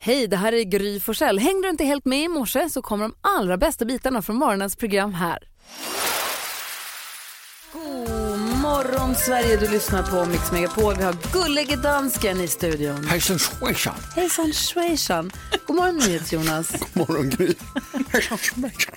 Hej, det här är Gry Forssell. Hängde du inte helt med i morse så kommer de allra bästa bitarna från morgonens program här. God morgon Sverige, du lyssnar på Mix Megapol. Vi har gullige dansken i studion. Hejsan svejsan. Hejsan svejsan. God morgon Jonas. God morgon Gry. Hejsan svejsan.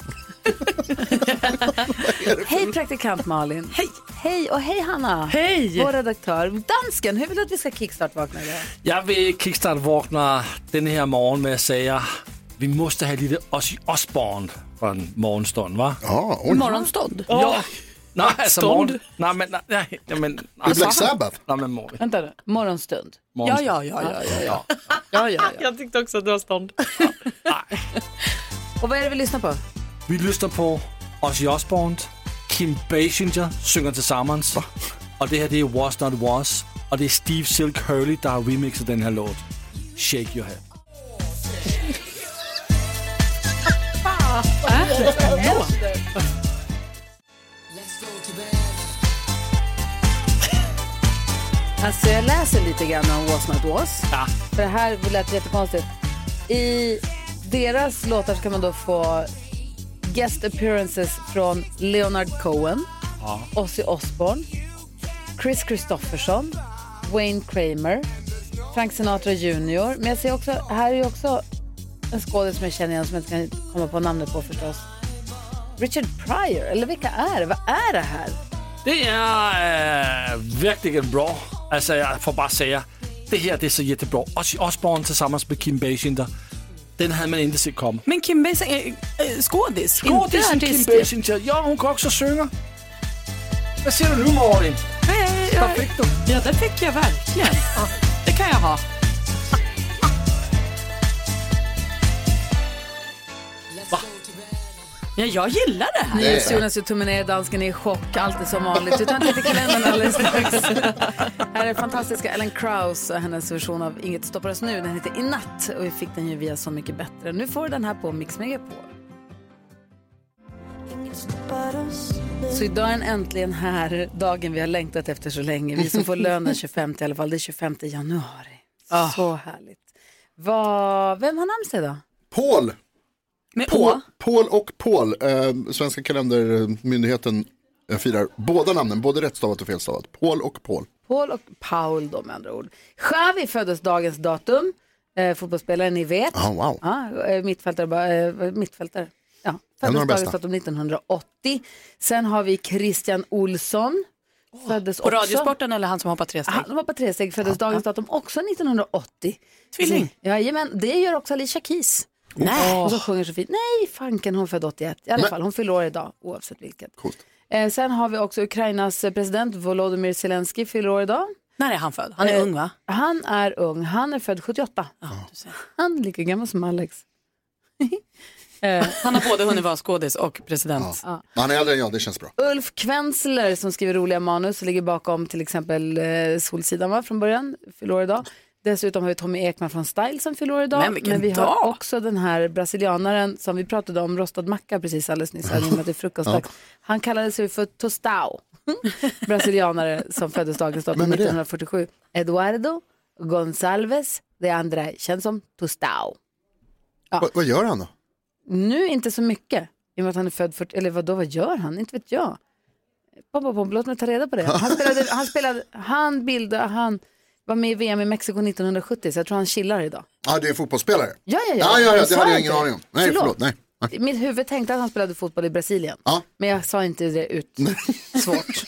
Hej praktikant Malin. Hej. Hej och hej Hanna. Hej. Vår redaktör. Dansken, hur vill du att vi ska kickstart-vakna idag? Jag vill kickstart-vakna den här morgon med att säga vi måste ha lite Ozzy Osbourne för en morgonstund, va? Ja, Morgonstånd? Ja. Nej, alltså Stånd? Nej, men det är Black Sabbath. Nej, men morgon. Vänta nu, morgonstund. Ja. Jag tyckte också att det var stånd. Och vad är det vi lyssnar på? Vi lyssnar på Ozzy Osbourne, Kim Basinger sjunger tillsammans. Och det här det är Was Not Was. Och det är Steve Silk Hurley där har remixat den här låt. Shake Your Head. Alltså jag läser lite grann om Was Not Was. Ja. För det här lät jättekonstigt. I deras låtar kan man då få guest appearances från Leonard Cohen, Ozzy Osbourne, Chris Christopherson, Wayne Kramer, Frank Sinatra Jr. Men jag ser också, här är ju också en skådespelare som jag känner igen som jag inte kan komma på namnet på förstås. Richard Pryor, eller vilka är det? Vad är det här? Det är verkligen bra. Alltså jag får bara säga, det här det är så jättebra. Ozzy Osbourne tillsammans med Kim Basinger. Den hade man inte sett komma. Men Kim Basinger är skådis. Skådisen Kim Basinger, ja hon kan också sjunga. Vad ser du nu Malin? Perfekt. Ja, det fick jag verkligen. Det kan jag ha. Ja, jag gillar det här. Jonas och tummen ner, dansken är i chock, alltid som vanligt. Vi tar inte till kalendern alldeles strax. Här är fantastiska Ellen Krause och hennes version av Inget stoppar oss nu. Den heter I natt och vi fick den ju via Så mycket bättre. Nu får du den här på Mix Megapol. Så idag är den äntligen här, dagen vi har längtat efter så länge. Vi som får lön den 25 i alla fall, det är 25 januari. Så härligt. Vem har namnsdag idag? Paul. Med Paul och Paul. Svenska kalendermyndigheten firar båda namnen, både rättstavat och felstavat. Paul och Paul. Paul och Paul då med andra ord. Xavi föddes dagens datum. Fotbollsspelaren ni vet. Oh, wow. Mittfältare. Ja, föddes dagens datum 1980. Sen har vi Christian Olsson. Föddes på Radiosporten eller han som hoppar 3 steg? Han hoppar 3 steg, föddes dagens datum också 1980. Tvilling. Jajamän, det gör också Alicia Keys. Nej. Och så sjunger så fint. Nej, fanken, hon född 81. I alla fall, hon fyller år idag, oavsett vilket. Coolt. Sen har vi också Ukrainas president Volodymyr Zelensky fyller år idag. När är han född? Han är ung, va? Han är ung, han är född 78. Du ser. Han är lika gammal som Alex. Han har både hunnit vara skådis och president. Ja. Han är äldre än jag, det känns bra. Ulf Kvensler som skriver roliga manus och ligger bakom till exempel Solsidan va, från början, fyller år idag. Dessutom har vi Tommy Ekman från Style som fyller år idag. Men vi har också den här brasilianaren som vi pratade om, rostad macka precis alldeles nyss. Här, till frukostdags. Han kallade sig för Tostao. Brasilianare som föddes dagens datum 1947. Eduardo Gonçalves de André, känns som Tostao. Ja. Vad gör han då? Nu inte så mycket. I och med att han är född för, eller vad gör han? Inte vet jag. Låt mig ta reda på det. Han var med i VM i Mexiko 1970 så jag tror han chillar idag. Ja, det är fotbollsspelare. Ja, det hade jag ingen aning om. Nej, förlåt. Nej. Mitt huvud tänkte att han spelade fotboll i Brasilien. Ja. Men jag sa inte det ut. Svårt.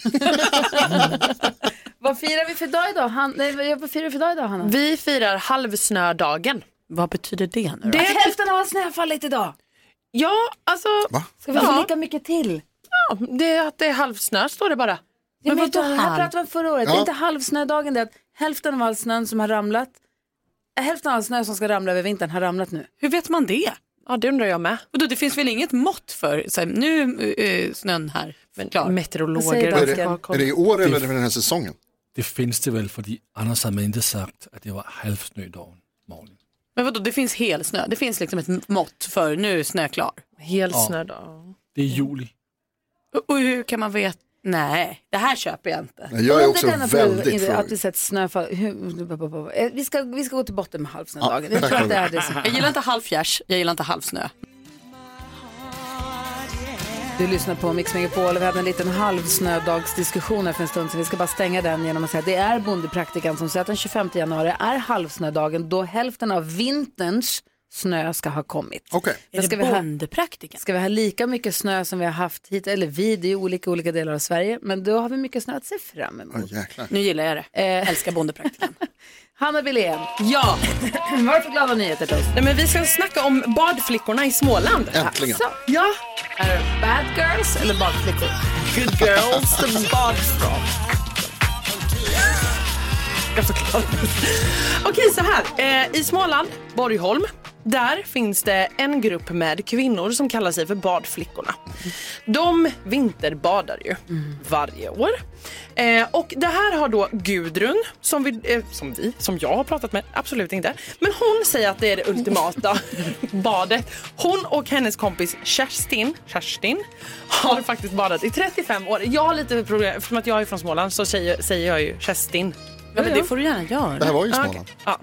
Vad firar vi för dag idag? Vad firar vi för dag idag, Hanna? Vi firar halvsnödagen. Vad betyder det nu då? Det är hälften av all snö fallit idag. Ja, alltså... Va? Ska vi få lika mycket till? Ja, det är halvsnö står det bara. Men vadå? Här pratade vi förra året. Ja. Det är inte halvsnödagen, det är att hälften av all snön som har ramlat, hälften av all snö som ska ramla över vintern har ramlat nu. Hur vet man det? Ja, det undrar jag med. Och då, det finns väl inget mått för så här, nu snön här. Men klar. Meteorologer. Är det i år eller för den här säsongen? Det finns det väl, för annars hade man inte sagt att det var halvsnödagen. Men vadå, det finns helsnö. Det finns liksom ett mått för nu är snö klar. Helsnödag. Det är juli. Och hur kan man veta? Nej, det här köper jag inte. Jag är också väldigt frågig. Att vi sett snöfall. Vi ska gå till botten med halvsnödagen. Jag tror att det är det. Jag gillar inte halvfjärs, jag gillar inte halvsnö. Du lyssnar på Mix Megapol och vi hade en liten halvsnödagsdiskussion för en stund sedan. Vi ska bara stänga den genom att säga att det är bondepraktikan som säger att den 25 januari är halvsnödagen då hälften av vinterns snö ska ha kommit. Okay. Är det bondepraktiken? Ska vi ha lika mycket snö som vi har haft hit, eller det är ju olika delar av Sverige, men då har vi mycket snö att se fram emot. Nu gillar jag det. Älskar bondepraktiken. Hanna Billén. Ja. Vad är det för glada nyheter till oss? Nej, men vi ska snacka om badflickorna i Småland. Äntligen. Alltså, ja. Är det bad girls eller badflickor? Good girls and badflickor. Okej, så här. I Småland, Borgholm, där finns det en grupp med kvinnor som kallar sig för badflickorna. De vinterbadar ju varje år. Och det här har då Gudrun, som jag har pratat med, absolut inte. Men hon säger att det är det ultimata badet. Hon och hennes kompis Kerstin har faktiskt badat i 35 år. Jag har lite problem, eftersom att jag är från Småland så säger jag ju Kerstin. Ja, men det får du gärna göra. Det här var ju Småland. Ja.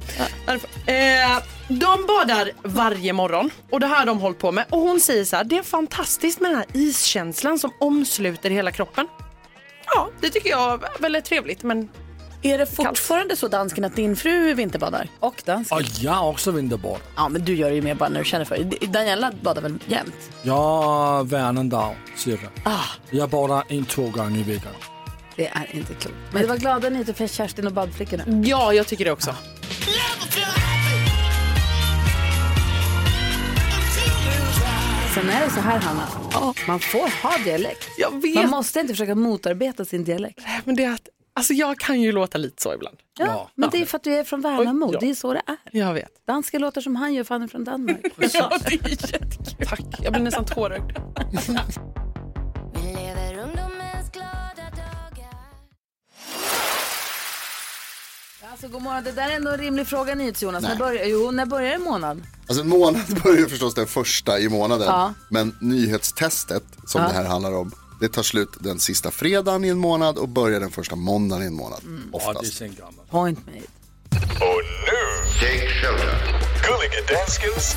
De badar varje morgon och det här har de hållit på med. Och hon säger så här, det är fantastiskt med den här iskänslan som omsluter hela kroppen. Ja, det tycker jag är väldigt trevligt, men... Är det fortfarande så, dansken, att din fru vinterbadar? Och dansken. Och jag också vinterbad. Ja, men du gör ju mer bara när du känner för det. Daniela badar väl jämt? Jag varannan dag, cirka. Jag badar 1-2 gånger i veckan. Det är inte klokt. Men det var glada nyheter för Kerstin och badflickorna. Ja, jag tycker det också. Sen är det så här, Hanna. Man får ha dialekt. Jag vet. Man måste inte försöka motarbeta sin dialekt. Men det är att, alltså jag kan ju låta lite så ibland. Ja, men det är för att du är från Värnamo. Ja. Det är så det är. Jag vet. Danska låter som han gör, för han är från Danmark. Ja, det är jättekul. Tack, jag blir nästan tårögd. Alltså, god morgon. Det där är ändå en rimlig fråga, Jonas. När börjar en månad? Alltså en månad börjar förstås den första i månaden. Ja. Men nyhetstestet som det här handlar om, det tar slut den sista fredagen i en månad och börjar den första måndagen i en månad. Oftast. Point made. Och nu, Jake Shelton. Gullige danskens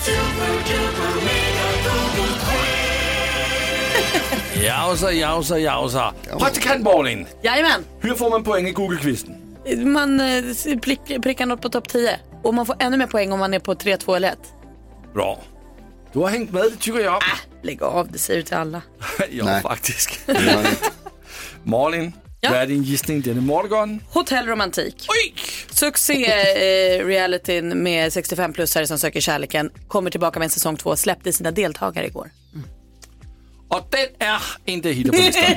Jausa. Praktikant Malin. Jajamän. Hur får man poäng i Google-quizen? Man prickar något på topp 10. Och man får ännu mer poäng om man är på 3, 2 eller 1. Bra. Du har hängt med, det tycker jag. Lägg av, det säger du till alla. Ja, faktiskt. Malin, vad är din gissning denna morgon? Hotellromantik. Oj! Succé-realityn med 65-plussare som söker kärleken kommer tillbaka med en säsong 2. Släppte sina deltagare igår. Och den är inte hittat på listan.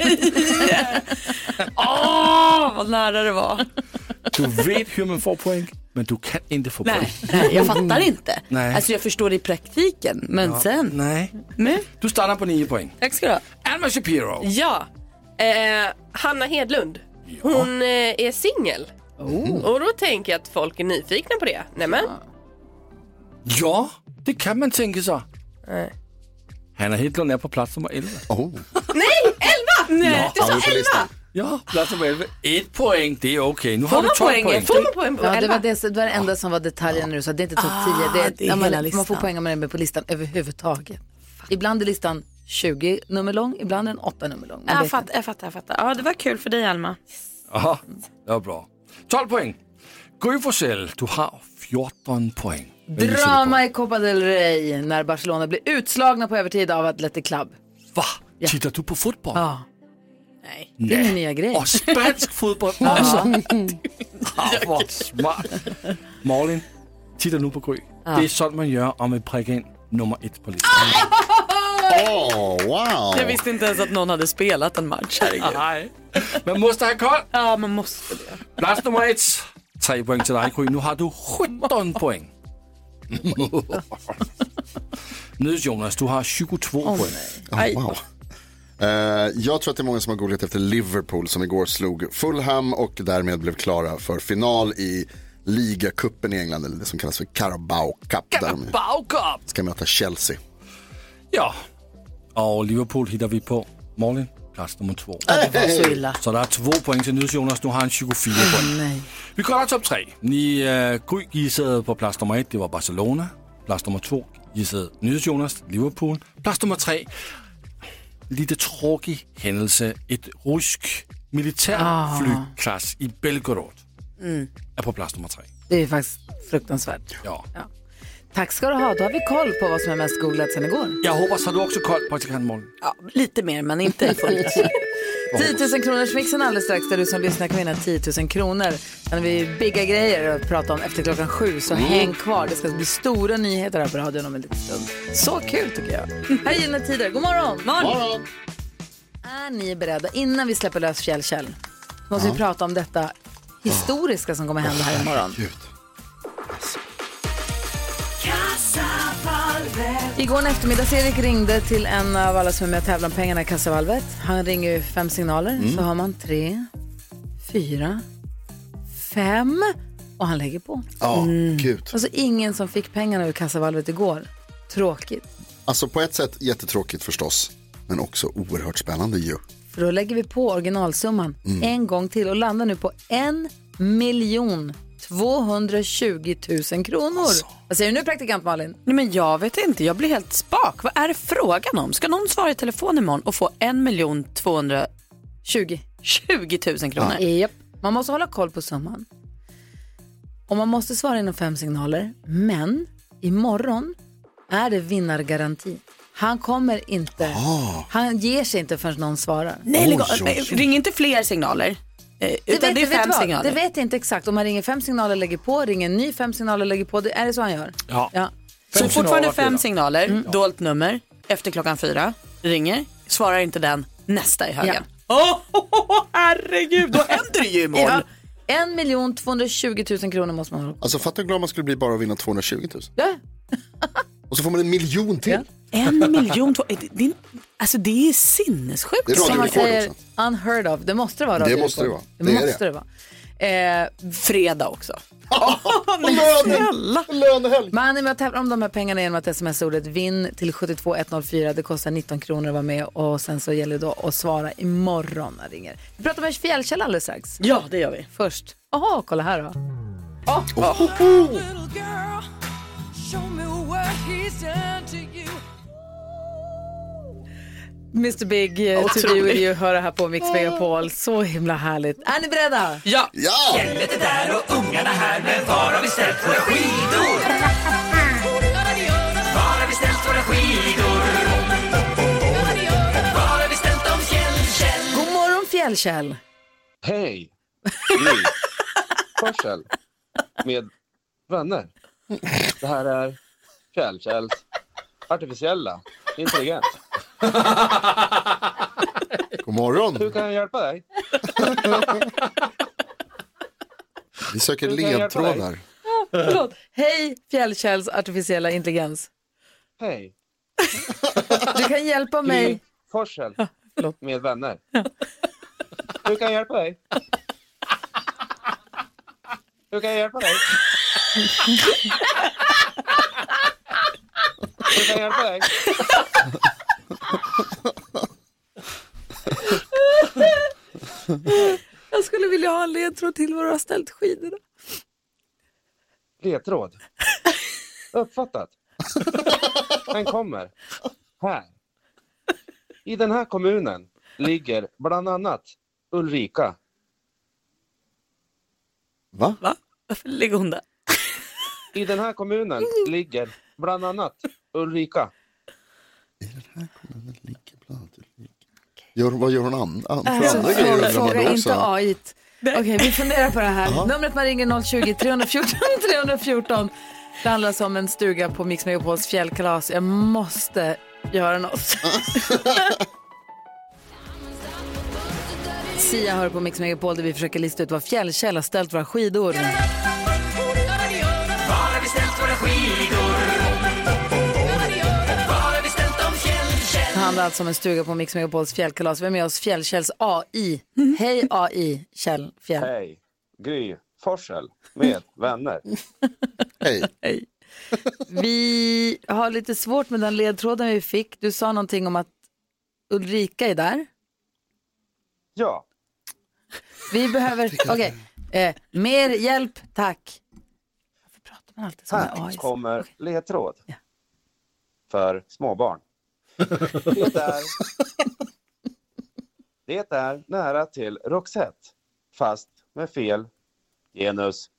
Vad nära det var. Du vet hur man får poäng, men du kan inte få poäng. Nej, jag fattar inte. Nej. Alltså jag förstår det i praktiken, men sen... Nej. Men? Du startar på 9 poäng. Tack ska du ha. Alma Shapiro. Ja, Hanna Hedlund. Hon är singel. Och då tänker jag att folk är nyfikna på det. Nämen? Ja, det kan man tänka sig. Hanna Hedlund är på plats nummer 11. Nej, 11! Nej, du sa 11! Ja, plats nummer 11. 1 poäng, det är okej. Nu har du 12 poäng. Får man poäng på 11? Ja, det var det enda som var detaljen nu, så det är inte topp 10. Det är man får poäng om man är med på listan överhuvudtaget. Ibland är listan 20 nummer lång, ibland är den 8 nummer lång. Jag fattar. Ja, det var kul för dig, Alma. Ja, det var bra. 12 poäng. Gry Forssell, du har 14 poäng. Drama i Copa del Rey när Barcelona blir utslagna på övertid av Athletic Club. Va? Tittar du på fotboll? Ja. Nej. Det är min nya grej. Och spansk fotboll också. Vad smart. Malin, titta nu på Gry. Det är sånt man gör om man prickar in nummer 1 på listan. Wow. Jag visste inte ens att någon hade spelat en match, herregud. Nej. Man måste ha koll. Ja, man måste det. Plats nummer 1. 3 poäng till dig, Gry. Nu har du 17 poäng. Nu Jonas, du har 22 poäng. Wow. Jag tror att det är många som har googlat efter Liverpool som igår slog Fulham och därmed blev klara för final i ligacupen i England, eller det som kallas för Carabao Cup. Carabao Cup! Ska möta Chelsea. Ja, och Liverpool hittar vi på. Malin, plats nummer 2. Det var så illa. Så det är 2 poäng till NyhetsJonas. Nu har han 24 poäng. Nej. Vi kollar topp 3. Ni Gry gissade på plats nummer 1, det var Barcelona. Plats nummer 2 gissade NyhetsJonas, Liverpool. Plats nummer 3, lite tråkig händelse. Ett rysk militärflygklass i Belgorod är på plats nummer 3. Det är faktiskt fruktansvärt. Ja. Tack ska du ha. Då har vi koll på vad som är mest googlat sen igår. Jag hoppas att du också koll på praktikantmål. Ja, lite mer, men inte fullt. 10 000 kronors mixen alldeles strax, där du som lyssnar kan vinna 10 000 kronor. Sen har vi bigga grejer att prata om efter klockan 7, så häng kvar. Det ska bli stora nyheter här på radion om en liten stund. Så kul tycker jag. Här är Gyllene Tider. God morgon. Morgon. Är ni beredda, innan vi släpper lös Fjällkäll, måste vi prata om detta historiska som kommer hända här imorgon. Igår eftermiddags-Erik ringde till en av alla som är med och tävlar om pengarna i kassavalvet. Han ringer ju 5 signaler. Så har man 3, 4, 5 och han lägger på. Gud. Alltså ingen som fick pengarna ur kassavalvet igår. Tråkigt. Alltså på ett sätt jättetråkigt förstås, men också oerhört spännande ju. För då lägger vi på originalsumman en gång till och landar nu på 1,220 000 kronor. Alltså. Vad säger du nu, praktikant Malin? Nej, men jag vet inte, jag blir helt spak. Vad är det frågan om? Ska någon svara i telefon imorgon och få 1,220 000 kronor? Japp. Man måste hålla koll på summan. Och man måste svara inom 5 signaler. Men imorgon är det vinnargaranti. Han kommer inte, han ger sig inte förrän någon svarar. Nej, ring inte fler signaler. Utan det är 5 signaler. Det vet jag inte exakt. Om man ringer 5 signaler, lägger på, ringer ny 5 signaler, lägger på. Är det så han gör? Ja. Så fortfarande 5 signaler, dolt nummer, efter klockan 4, ringer, svarar inte den, nästa i högen. Herregud, då händer det ju imorgon. 1,220 000 kronor måste man ha. Alltså fattar hur glad man skulle bli bara att vinna 220 000. Ja. Och så får man 1 miljon till. 1 miljon, alltså det är sinnessjukt. Det är Som man radiorekord säger, också. unheard of. Det måste det vara radiorekord. Det måste det vara. Fredag också. Lönehelg. Man är med att tävla om de här pengarna genom att sms-ordet vinn till 72104. Det kostar 19 kronor att vara med och sen så gäller det då att svara imorgon när ringer. Vi pratar med Fjällkäll alldeles strax. Ja, det gör vi. Först. Jaha, kolla här då. Mr Big, to be with you, höra här på Mix Megapol. Så himla härligt. Är ni beredda? Ja. Gället är där och ungarna här, men var har vi ställt våra skidor? Var har vi ställt våra skidor? Var har vi ställt dem, Fjällkäll? God morgon, Fjällkäll. Hej, Korsel med vänner. Det här är Fjällkälls artificiella intelligens. God morgon. Hur kan jag hjälpa dig? Vi söker ledtrådar. Förlåt. Hej, Fjällkälls artificiella intelligens. Hej. Du kan hjälpa mig. Korsel med vänner. Hur kan jag hjälpa dig? Hur kan jag hjälpa dig? Hur kan jag hjälpa dig? Jag skulle vilja ha en ledtråd till var du har ställt skidorna. Ledtråd. Uppfattat. Den kommer här. I den här kommunen ligger bland annat Ulrika. Va? Varför ligger hon där? I den här kommunen ligger bland annat Ulrika. I den här kommunen ligger bland annat Ulrika. Vad gör hon andra grejer? Fråga inte också. AI. Okej, vi funderar på det här. Numret man ringer 020-314 314. Det handlar om en stuga på Mix Megapols fjällkalas. Jag måste göra något. Sia hör på Mix Megapol där vi försöker lista ut vad Fjällkäll har ställt våra skidor. Var har vi ställt våra skidor? Var har vi ställt dem, Fjällkäll? Det handlar alltså om en stuga på Mix Megapols fjällkalas. Vi är med oss Fjällkälls AI. Hej AI, Kjell Fjäll. Hej, Gry Forsell med vänner. Hej. Hej. Vi har lite svårt med den ledtråden vi fick. Du sa någonting om att Ulrika är där. Ja. Vi behöver, mer hjälp, tack. Varför pratar man alltid som Här kommer ledtråd för småbarn. Det är nära till Roxette, fast med fel genus.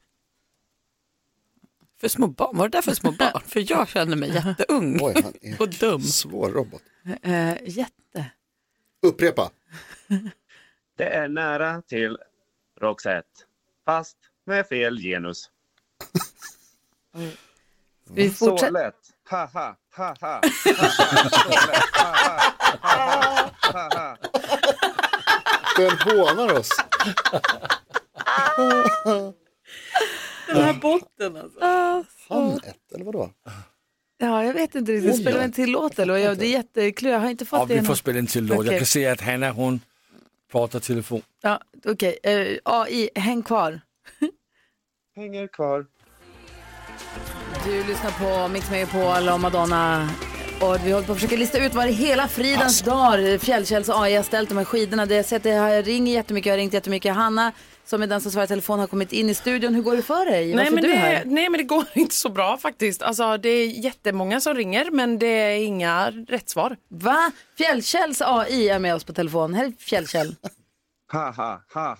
För små barn? Var det där för små barn? För jag känner mig jätteung. Oj, han är och dum. Svår robot. Jätte. Upprepa. Det är nära till Roxette, fast med fel genus. Vi fortsätter. Så lätt. Haha, haha. Den hånar oss. Den här botten alltså. Hamnet, eller vadå? Ja, jag vet inte riktigt. Spelar en till låt eller? Det är jätteklur. Jag har inte fått det. Vi får spela en till låt. Okay. Jag kan se att Hanna, hon pratar telefon. Ja, okej. AI, häng kvar. Hänger kvar. Du lyssnar på Mix Megapol och Madonna. Och vi håller på att försöka lista ut vad det hela fridens dag Fjällkälls AI har ställt de här skidorna. Det jag ringer jättemycket, jag har ringt jättemycket. Hanna, som är den som svarar telefon, har kommit in i studion. Hur går det för dig? Nej men det går inte så bra faktiskt. Alltså det är jättemånga som ringer, men det är inga rätt svar. Va? Fjällkälls AI är med oss på telefon. Här är Fjällkäll. Haha.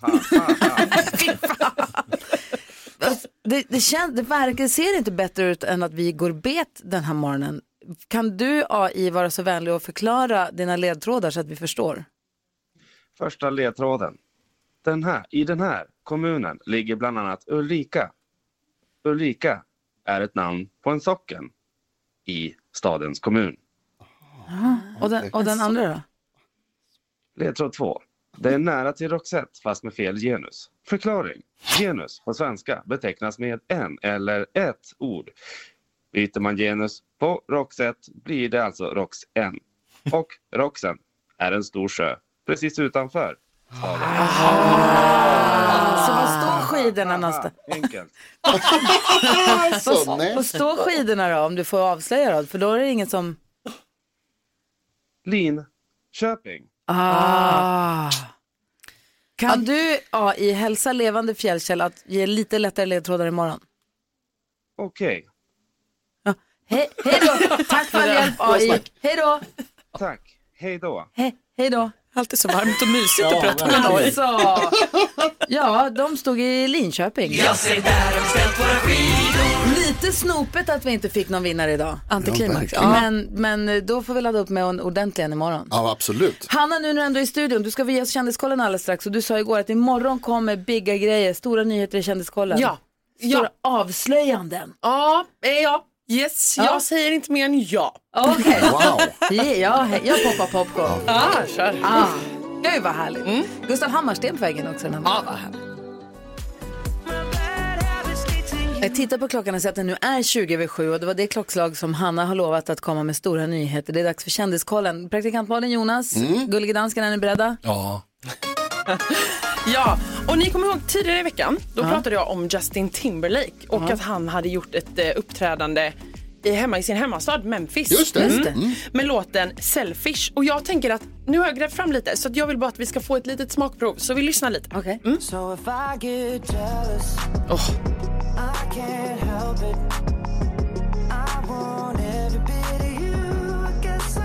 Det verkar, ser inte bättre ut än att vi går bet den här morgonen. Kan du AI vara så vänlig och förklara dina ledtrådar så att vi förstår? Första ledtråden. I den här kommunen ligger bland annat Ulrika. Ulrika är ett namn på en socken i stadens kommun. Och den andra då? Ledtråd 2. Det är nära till Roxette fast med fel genus. Förklaring. Genus på svenska betecknas med en eller ett ord. Byter man genus på Roxette blir det alltså Roxen. Och Roxen är en stor sjö precis utanför staden. Så vad står skidorna någonstans? Enkelt. Vad står skidorna då, om du får avslöja då? För då är det ingen som... Linköping. Kan du i hälsa levande Fjällkäll att ge lite lättare ledtrådar imorgon? Okej. Ja. Hej då. Tack för hjälp AI. Hej då. Tack. Hej då. Hej då. Alltid så varmt och mysigt att prata med AI. Ja, de stod i Linköping. Jag ser där de ställt våra skidor. Lite snopet att vi inte fick någon vinnare idag. Antiklimax. Men då får vi ladda upp med en ordentlig imorgon. Ja, absolut. Hanna, nu när du ändå är i studion, du ska vi ge oss kändiskollen alldeles strax. Och du sa igår att imorgon kommer bigga grejer, stora nyheter i kändiskollen. Ja. Stora avslöjanden. Ja. Yes, jag säger inte mer än ja. Okej. Wow. Jag poppar popcorn. Kör. Gud vad härligt. Gustav Hammarsten på vägen också. Vad härligt. Jag tittar på klockan och ser att det nu är 20:07 och det var det klockslag som Hanna har lovat att komma med stora nyheter. Det är dags för kändiskollen. Praktikantmalen Jonas, Gullige dansken, är ni beredda? Ja. Ja, och ni kommer ihåg tidigare i veckan, då pratade jag om Justin Timberlake och att han hade gjort ett uppträdande i sin hemmastad Memphis. Just det. Med låten Selfish. Och jag tänker att nu har jag grävt fram lite, så att jag vill bara att vi ska få ett litet smakprov. Så vi lyssnar lite. Okej. So if I get jealous, I can't help it. I want every bit of you. I guess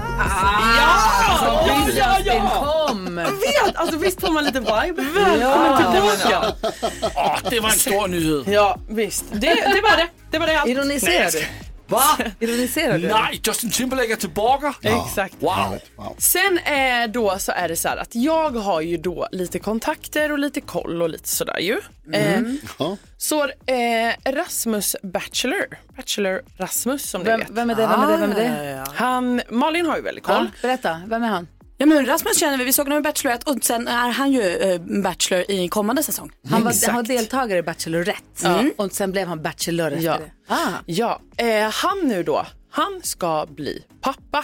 Kom! Jag vet, alltså visst får man lite vibe. Välkommen tillbaka. Det var en stor nyhet. Ja, visst. Det var det. Det var det allt. Ironiserar du? Va? Ironiserar du? Nej, Justin Timberlake är tillbaka. Exakt. Wow. Sen då så är det så här att jag har ju då lite kontakter och lite koll och lite sådär ju. Så Rasmus Bachelor Rasmus som ni vet. Vem är det? Han, Malin har ju väldigt koll. Berätta, vem är han? Ja, men Rasmus känner vi såg honom i Bachelorette och sen är han ju Bachelor i kommande säsong. Han var deltagare i Bachelorette och sen blev han Bachelor efter det. Han nu då, han ska bli pappa.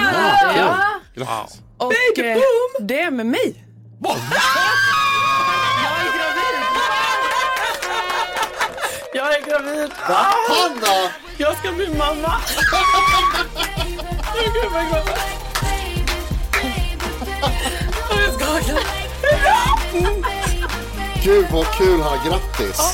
Och det är med mig. Jag är gravid. Hanna! Jag ska bli mamma. Gud vad glad. Jag ska Gud vad kul, Hanna. Grattis.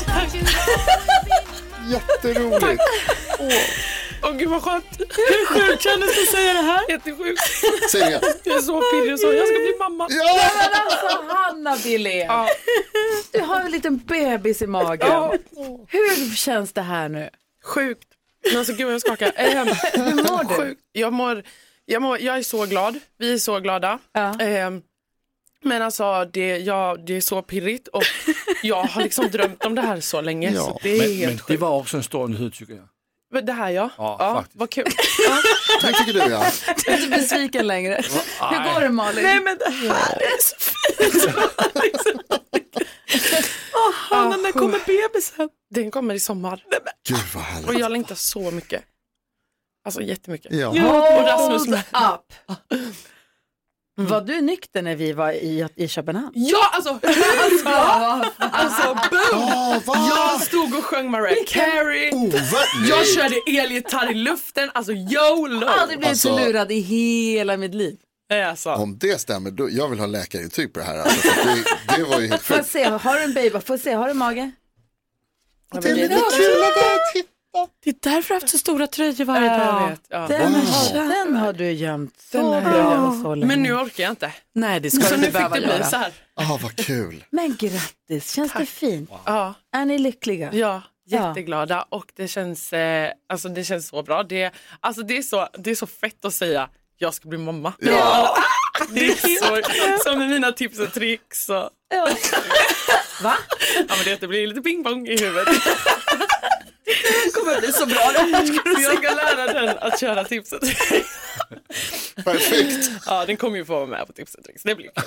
Jätteroligt. Åh gud vad skönt. Hur sjukt kändes det att säga det här? Jättesjukt. Säg det. Jag är så pirrig och så. Jag ska bli mamma. Ja, men alltså Hanna Billén. Ja. Du har en liten bebis i magen. Ja. Hur känns det här nu? Sjukt. Men alltså gud jag skakar. Hur mår du? Sjukt. Jag är så glad. Vi är så glada. Ja. Men alltså det är så pirrigt och jag har liksom drömt om det här så länge. Ja. Så det är helt men det var också en stor nyhet tycker jag. Det här ja vad kul. Tack tycker du ja. Du är inte besviken längre. Hur går det Malin? Nej men det här är så fint. Hanna, när kommer bebisen? Den kommer i sommar. Gud vad härligt. Och jag längtar så mycket. Alltså jättemycket. Ja. Och Rasmus up. Var du nykter när vi var i Köpenhamn? Ja, alltså boom! Jag stod och sjöng Mariah Carey. Jag körde elgitarr i luften. Alltså YOLO. Aldrig blivit så lurad i hela mitt liv. Alltså. Om det stämmer, då, jag vill ha läkarintyg på det här. Alltså, det var ju helt sjukt. Får se, har du en baby? Får se, har du en mage? Det är lite kul att titta. Det är därför jag har haft så stora tröjor varje dag. Ja. Den har du gömt så bra. Men nu orkar jag inte. Nej, det ska du inte behöva göra. Så här. Vad kul. Men grattis, känns det fint? Ja. Är ni lyckliga? Ja, jätteglada. Och det känns, det känns så bra. Det är så fett att säga jag ska bli mamma. Ja. Det är så, som med mina tips och tricks. Och... Ja. Va? Ja, men det blir lite pingpong i huvudet. Det kommer bli så bra. Jag ska lära den att köra tips och tricks. Perfekt. Ja, den kommer ju få vara med på tips och tricks. Det blir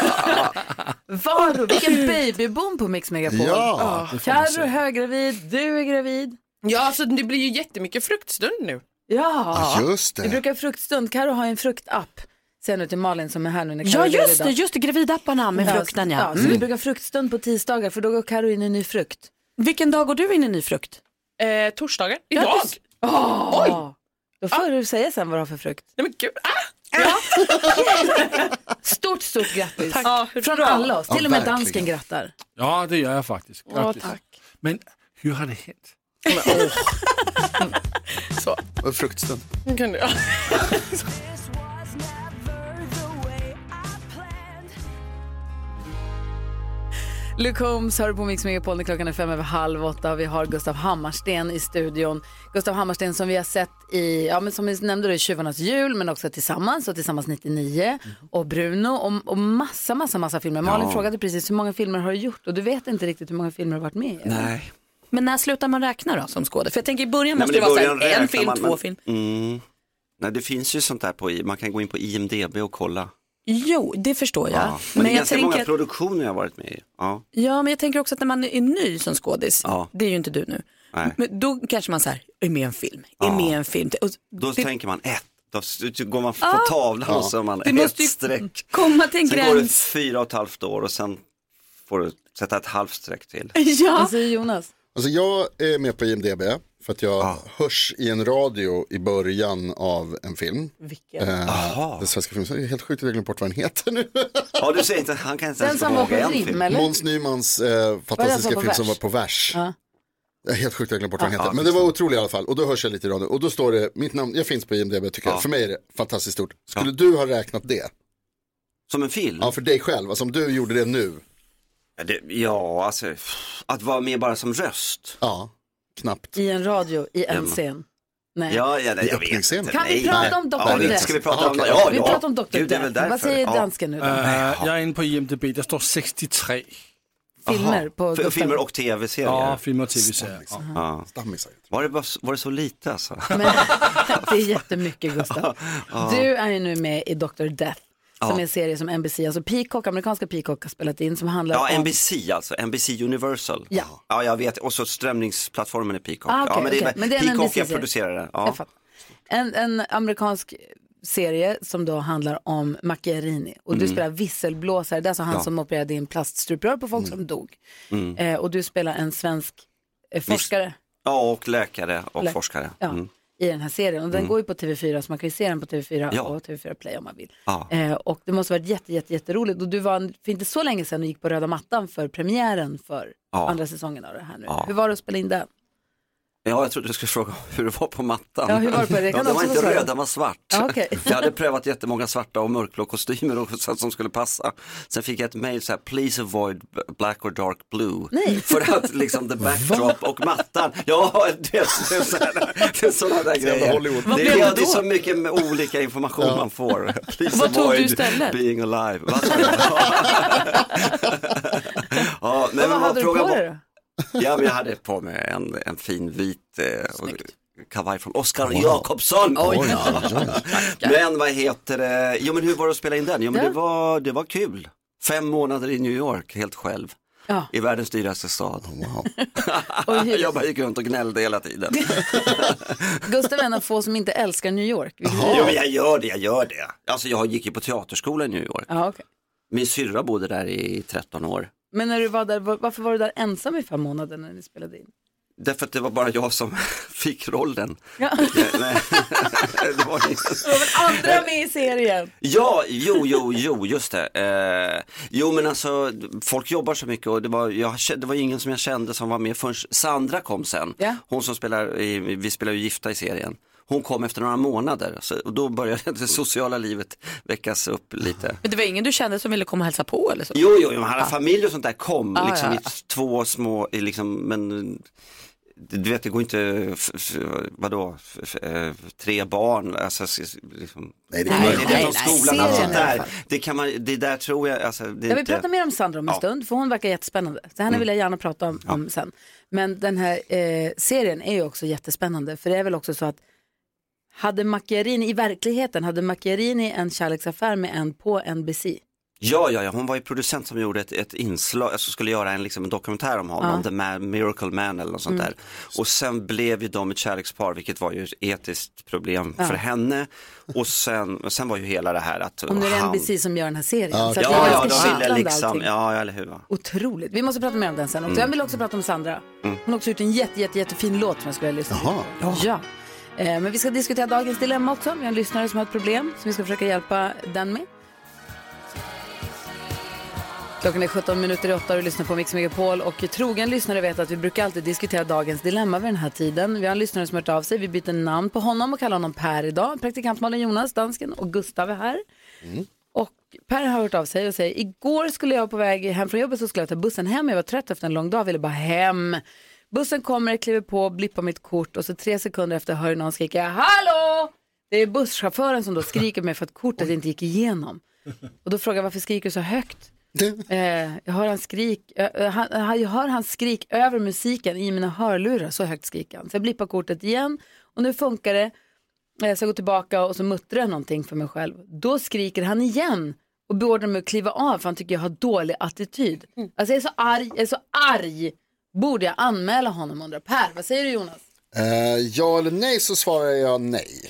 vilken babyboom på Mix Megapol. Ja. Carro är höggravid, du är gravid. Ja, så det blir ju jättemycket fruktstund nu. Ja, just det. Vi brukar fruktstund. Carro har en fruktapp. Säg nu till Malin som är här nu. Ja, just det, gravidapparna med frukten. Ja. Så vi brukar fruktstund på tisdagar för då går Carro in i ny frukt. Vilken dag går du in i ny frukt? Torsdagar. Idag. Oj. Då får du säga sen vad du har för frukt. Nej men gud. Ja. Stort grattis. Från alla oss. Till och med dansken grattar. Ja, det gör jag faktiskt. Grattis. Tack. Men hur har det hänt? Så. Och fruktstund. Kan du? Luke Holmes hör på Mix Megapol när klockan är 7:05. Vi har Gustav Hammarsten i studion. Gustav Hammarsten som vi har sett i, men som vi nämnde då, i Tjuvarnas jul, men också Tillsammans 99 och Bruno och massa filmer. Malin frågade precis hur många filmer har du gjort och du vet inte riktigt hur många filmer du har varit med i. Nej. Men när slutar man räkna då som skådespelare? För jag tänker i början måste det vara så här, en film, två film. Nej, det finns ju sånt där man kan gå in på IMDb och kolla. Jo, det förstår jag. Ja, men det är ganska många produktioner jag har varit med i. Ja, men jag tänker också att när man är ny som skådis, det är ju inte du nu. Nej. Men då kanske man så här, är med i en film. Och då tänker man då går man på tavlan och så är man ett streck. Komma till en sen gräns. går det 4,5 år och sen får du sätta ett halvt streck till. Ja. Alltså, Jonas. Alltså jag är med på IMDb för att jag hörs i en radio i början av en film. Vilken? Den svenska filmen, så är det helt sjukt att jag glömt bort vad den heter nu. Ja, du säger inte, han kan inte ens komma ihåg en film. Måns Nymans fantastiska film som var på vers. Det är helt sjukt att jag glömt bort vad den heter. Men det var otroligt i alla fall. Och då hörs jag lite i radio. Och då står det, mitt namn, jag finns på IMDb tycker jag. För mig är det fantastiskt stort. Skulle du ha räknat det? Som en film? Ja, för dig själv. Alltså om du gjorde det nu. Alltså att vara med bara som röst. Ja, knappt. I en radio, i en scen. Nej. Ja, jag vet inte. Kan vi prata om Dr. Death? Ska vi prata om det? Vi pratar om Dr. Death. Vad säger dansken nu då? Jag är inne på IMDb, där står 63. Filmer på filmer och tv-serier. Ja, filmer och tv-serier. Var det så lite alltså? Men, det är jättemycket, Gustav. Du är ju nu med i Dr. Death. Som är en serie som NBC, alltså Peacock, amerikanska Peacock har spelat in, som handlar om... Ja, NBC alltså, NBC Universal. Ja, jag vet, och så strömningsplattformen är Peacock. Men det är Peacock jag producerar det. Ja. En amerikansk serie som då handlar om Macchiarini. Och du spelar visselblåsare, det är alltså han som opererade in plaststruprör på folk som dog. Och du spelar en svensk forskare. Ja, och läkare och forskare. Ja. i den här serien. Och den går ju på TV4, så man kan ju se den på TV4 och TV4 Play om man vill. Och det måste varit jätteroligt. Och du var för inte så länge sedan och gick på röda mattan för premiären för andra säsongen av det här nu. Hur var det att spela in den? Ja, jag trodde du skulle fråga hur det var på mattan. Ja, hur var det på det? Den var inte röd, den var svart. Okay. Jag hade prövat jättemånga svarta och mörkblå kostymer och sånt som skulle passa. Sen fick jag ett mejl så här: please avoid black or dark blue. Nej. För att liksom the backdrop och mattan. Ja, det är sådana där grejer. Det är så mycket med olika information man får. Please vad tog du avoid istället? being alive. Vad hade du på dig då? Ja, men jag hade på mig en fin vit kavaj från Oscar Jakobsson. Men vad heter det? Jo, men hur var det att spela in den? Jo, men det var kul. 5 månader i New York, helt själv. I världens dyraste stad. Jag bara gick runt och gnällde hela tiden. Gustav är en av få som inte älskar New York. Jo, men jag gör det. Alltså, jag gick ju på teaterskola i New York. Okay. Min syrra bodde där i 13 år. Men när du var där, varför var du där ensam i 5 månader när ni spelade in? Därför att det var bara jag som fick rollen. Ja. Nej. Det var andra med i serien. Ja, jo, just det. Jo, men alltså, folk jobbar så mycket och det var ingen som jag kände som var med förrän Sandra kom sen. Ja. Hon som vi spelar ju Gifta i serien. Hon kom efter några månader och då började det sociala livet väckas upp lite. Men det var ingen du kände som ville komma och hälsa på eller så? Jo, man hade familj och sånt där kom liksom i 2 små liksom, men du vet, det går inte, 3 barn, alltså liksom. Nej, det är skolan och sånt där. Det där tror jag, alltså, jag vill prata mer om Sandra om en stund, för hon verkar jättespännande. Så henne vill jag gärna prata om sen. Men den här serien är ju också jättespännande, för det är väl också så att hade Macchiarini en kärleksaffär med en på NBC? Ja, hon var ju producent som gjorde ett inslag, alltså skulle göra en dokumentär om honom, The Miracle Man eller något sånt där. Och sen blev ju de ett kärlekspar, vilket var ju ett etiskt problem för henne. Och sen var ju hela det här att... Och nu är det NBC som gör den här serien. Så de ville liksom, eller hur? Otroligt. Vi måste prata mer om den sen också. Jag vill också prata om Sandra. Hon har också gjort en jättefin låt som jag skulle lyssna på. Ja. Men vi ska diskutera dagens dilemma också. Vi har en lyssnare som har ett problem som vi ska försöka hjälpa den med. Klockan är 17:08 och lyssnar på Mix Megapol. Och trogen lyssnare vet att vi brukar alltid diskutera dagens dilemma vid den här tiden. Vi har en lyssnare som har hört av sig. Vi byter namn på honom och kallar honom Per idag. Praktikant Malin, Jonas, dansken och Gustav är här. Och Per har hört av sig och säger: igår skulle jag på väg hem från jobbet, så skulle jag ta bussen hem. Jag var trött efter en lång dag, ville bara hem. Bussen kommer, kliver på, blippar mitt kort och så 3 sekunder efter hör någon skrika: hallå! Det är busschauffören som då skriker mig för att kortet inte gick igenom. Och då frågar jag: varför skriker du så högt? Jag hör hans skrik över musiken i mina hörlurar, så högt skriker han. Så jag blippar kortet igen och nu funkar det. Så jag går tillbaka och så muttrar jag någonting för mig själv. Då skriker han igen och beordrar mig att kliva av för han tycker jag har dålig attityd. Alltså jag är så arg. Borde jag anmäla honom, undrar Per? Vad säger du, Jonas? Ja eller nej, så svarar jag nej.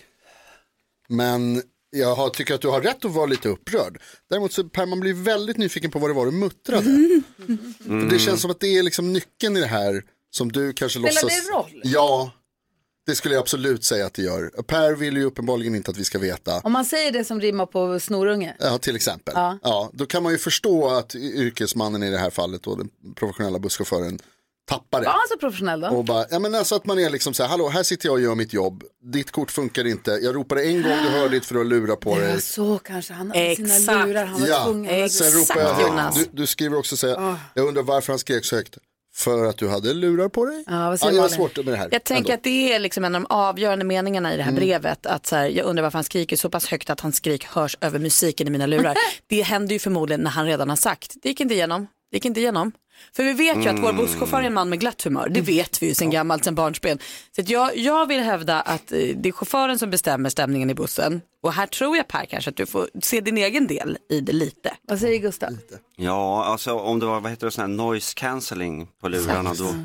Men jag tycker att du har rätt att vara lite upprörd. Däremot så Per, man blir väldigt nyfiken på vad det var du muttrade. För det känns som att det är liksom nyckeln i det här som du kanske låtsas... Spelar det roll? Ja, det skulle jag absolut säga att det gör. Per vill ju uppenbarligen inte att vi ska veta. Om man säger det som rimmar på snorunge. Ja, till exempel. Ja, då kan man ju förstå att yrkesmannen i det här fallet och den professionella busschauffören tappar det. Ja, så professionell då. Och bara, ja men alltså att man är liksom så här: hallå, här sitter jag och gör mitt jobb. Ditt kort funkar inte. Jag ropade en gång, du hörde inte för att lura på dig. Ja, så kanske han hade sina lurar. Han var tvungen. Sen ropar jag, du skriver också så här, jag undrar varför han skrek så högt. För att du hade lurar på dig? Ja, jag har svårt med det här. Jag tänker att det är liksom en av de avgörande meningarna i det här brevet. Att så här, jag undrar varför han skriker så pass högt att hans skrik hörs över musiken i mina lurar. Det händer ju förmodligen när han redan har sagt: det gick inte igenom. För vi vet ju att vår busschaufför är en man med glatt humör. Det vet vi ju sen gammalt, sen barnsben. Så att jag vill hävda att det är chauffören som bestämmer stämningen i bussen. Och här tror jag, Per, kanske att du får se din egen del i det lite. Vad säger Gustav? Ja, alltså om det var, sån här noise cancelling på lurarna då.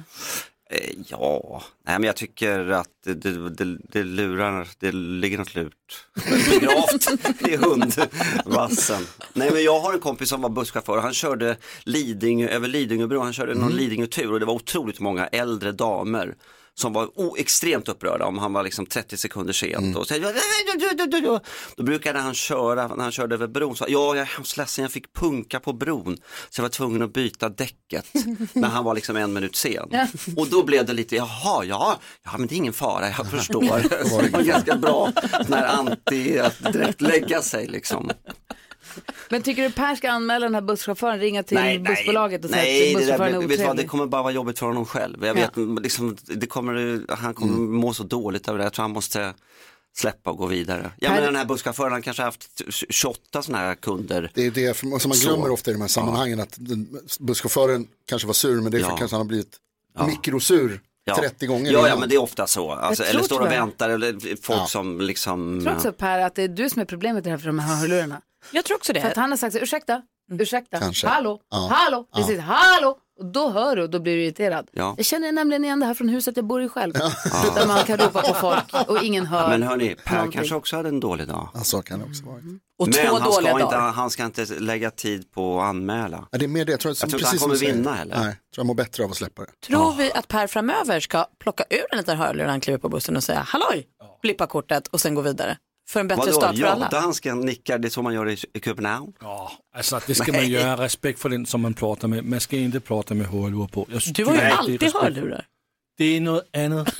Ja, nej men jag tycker att det lurar, det ligger något lurt begravt i hundvassen. Nej men jag har en kompis som var busschaufför och han körde över Lidingöbro, han körde någon Lidingö-tur och det var otroligt många äldre damer som var extremt upprörda om han var liksom 30 sekunder sent. Och så, då brukade han köra, när han körde över bron, så jag är hemskt ledsen, jag fick punka på bron. Så jag var tvungen att byta däcket när han var liksom 1 minut sen. Och då blev det lite, ja, men det är ingen fara, jag förstår. Det var ganska bra när anti att direkt lägga sig liksom. Men tycker du Per ska anmäla den här busschauffören, ringa till bussbolaget och säga att busschauffören är otrevlig? Det kommer bara vara jobbigt för honom själv. Jag vet, liksom, han kommer må så dåligt över det. Jag tror han måste släppa och gå vidare. Men den här busschauffören, han kanske har haft 28 sådana här kunder. Det är det som man glömmer ofta i de här sammanhangen, att busschauffören kanske var sur, men det är för kanske han har blivit mikrosur 30 gånger. Ja, men det är ofta så. Alltså, eller står och väntar, eller folk som liksom... Jag tror också, Per, att det är du som är problemet i det här för de här hörlurarna. Jag tror också det. För att han har sagt så, ursäkta, kanske. hallå, precis, hallå. Och då hör du och då blir du irriterad. Ja. Jag känner nämligen igen det här från huset jag bor i själv. Där man kan ropa på folk och ingen hör. Men hörni, Per kanske också hade en dålig dag. Ja, så kan det också vara. Och men han ska inte lägga tid på att anmäla. Ja, det är mer det. Jag tror inte han kommer vinna heller. Nej, jag tror jag mår bättre av att släppa det. Tror vi att Per framöver ska plocka ur en liten hörlur när han kliver på bussen och säga halloj, blippa kortet och sen gå vidare? För en bättre start för alla. Dansken nickar, det är så man gör i Köpenhamn. Ja, alltså det ska man göra, respekt för den som man pratar med. Man ska inte prata med hörlurar på. Du har ju alltid hörlurar. Det är något annat.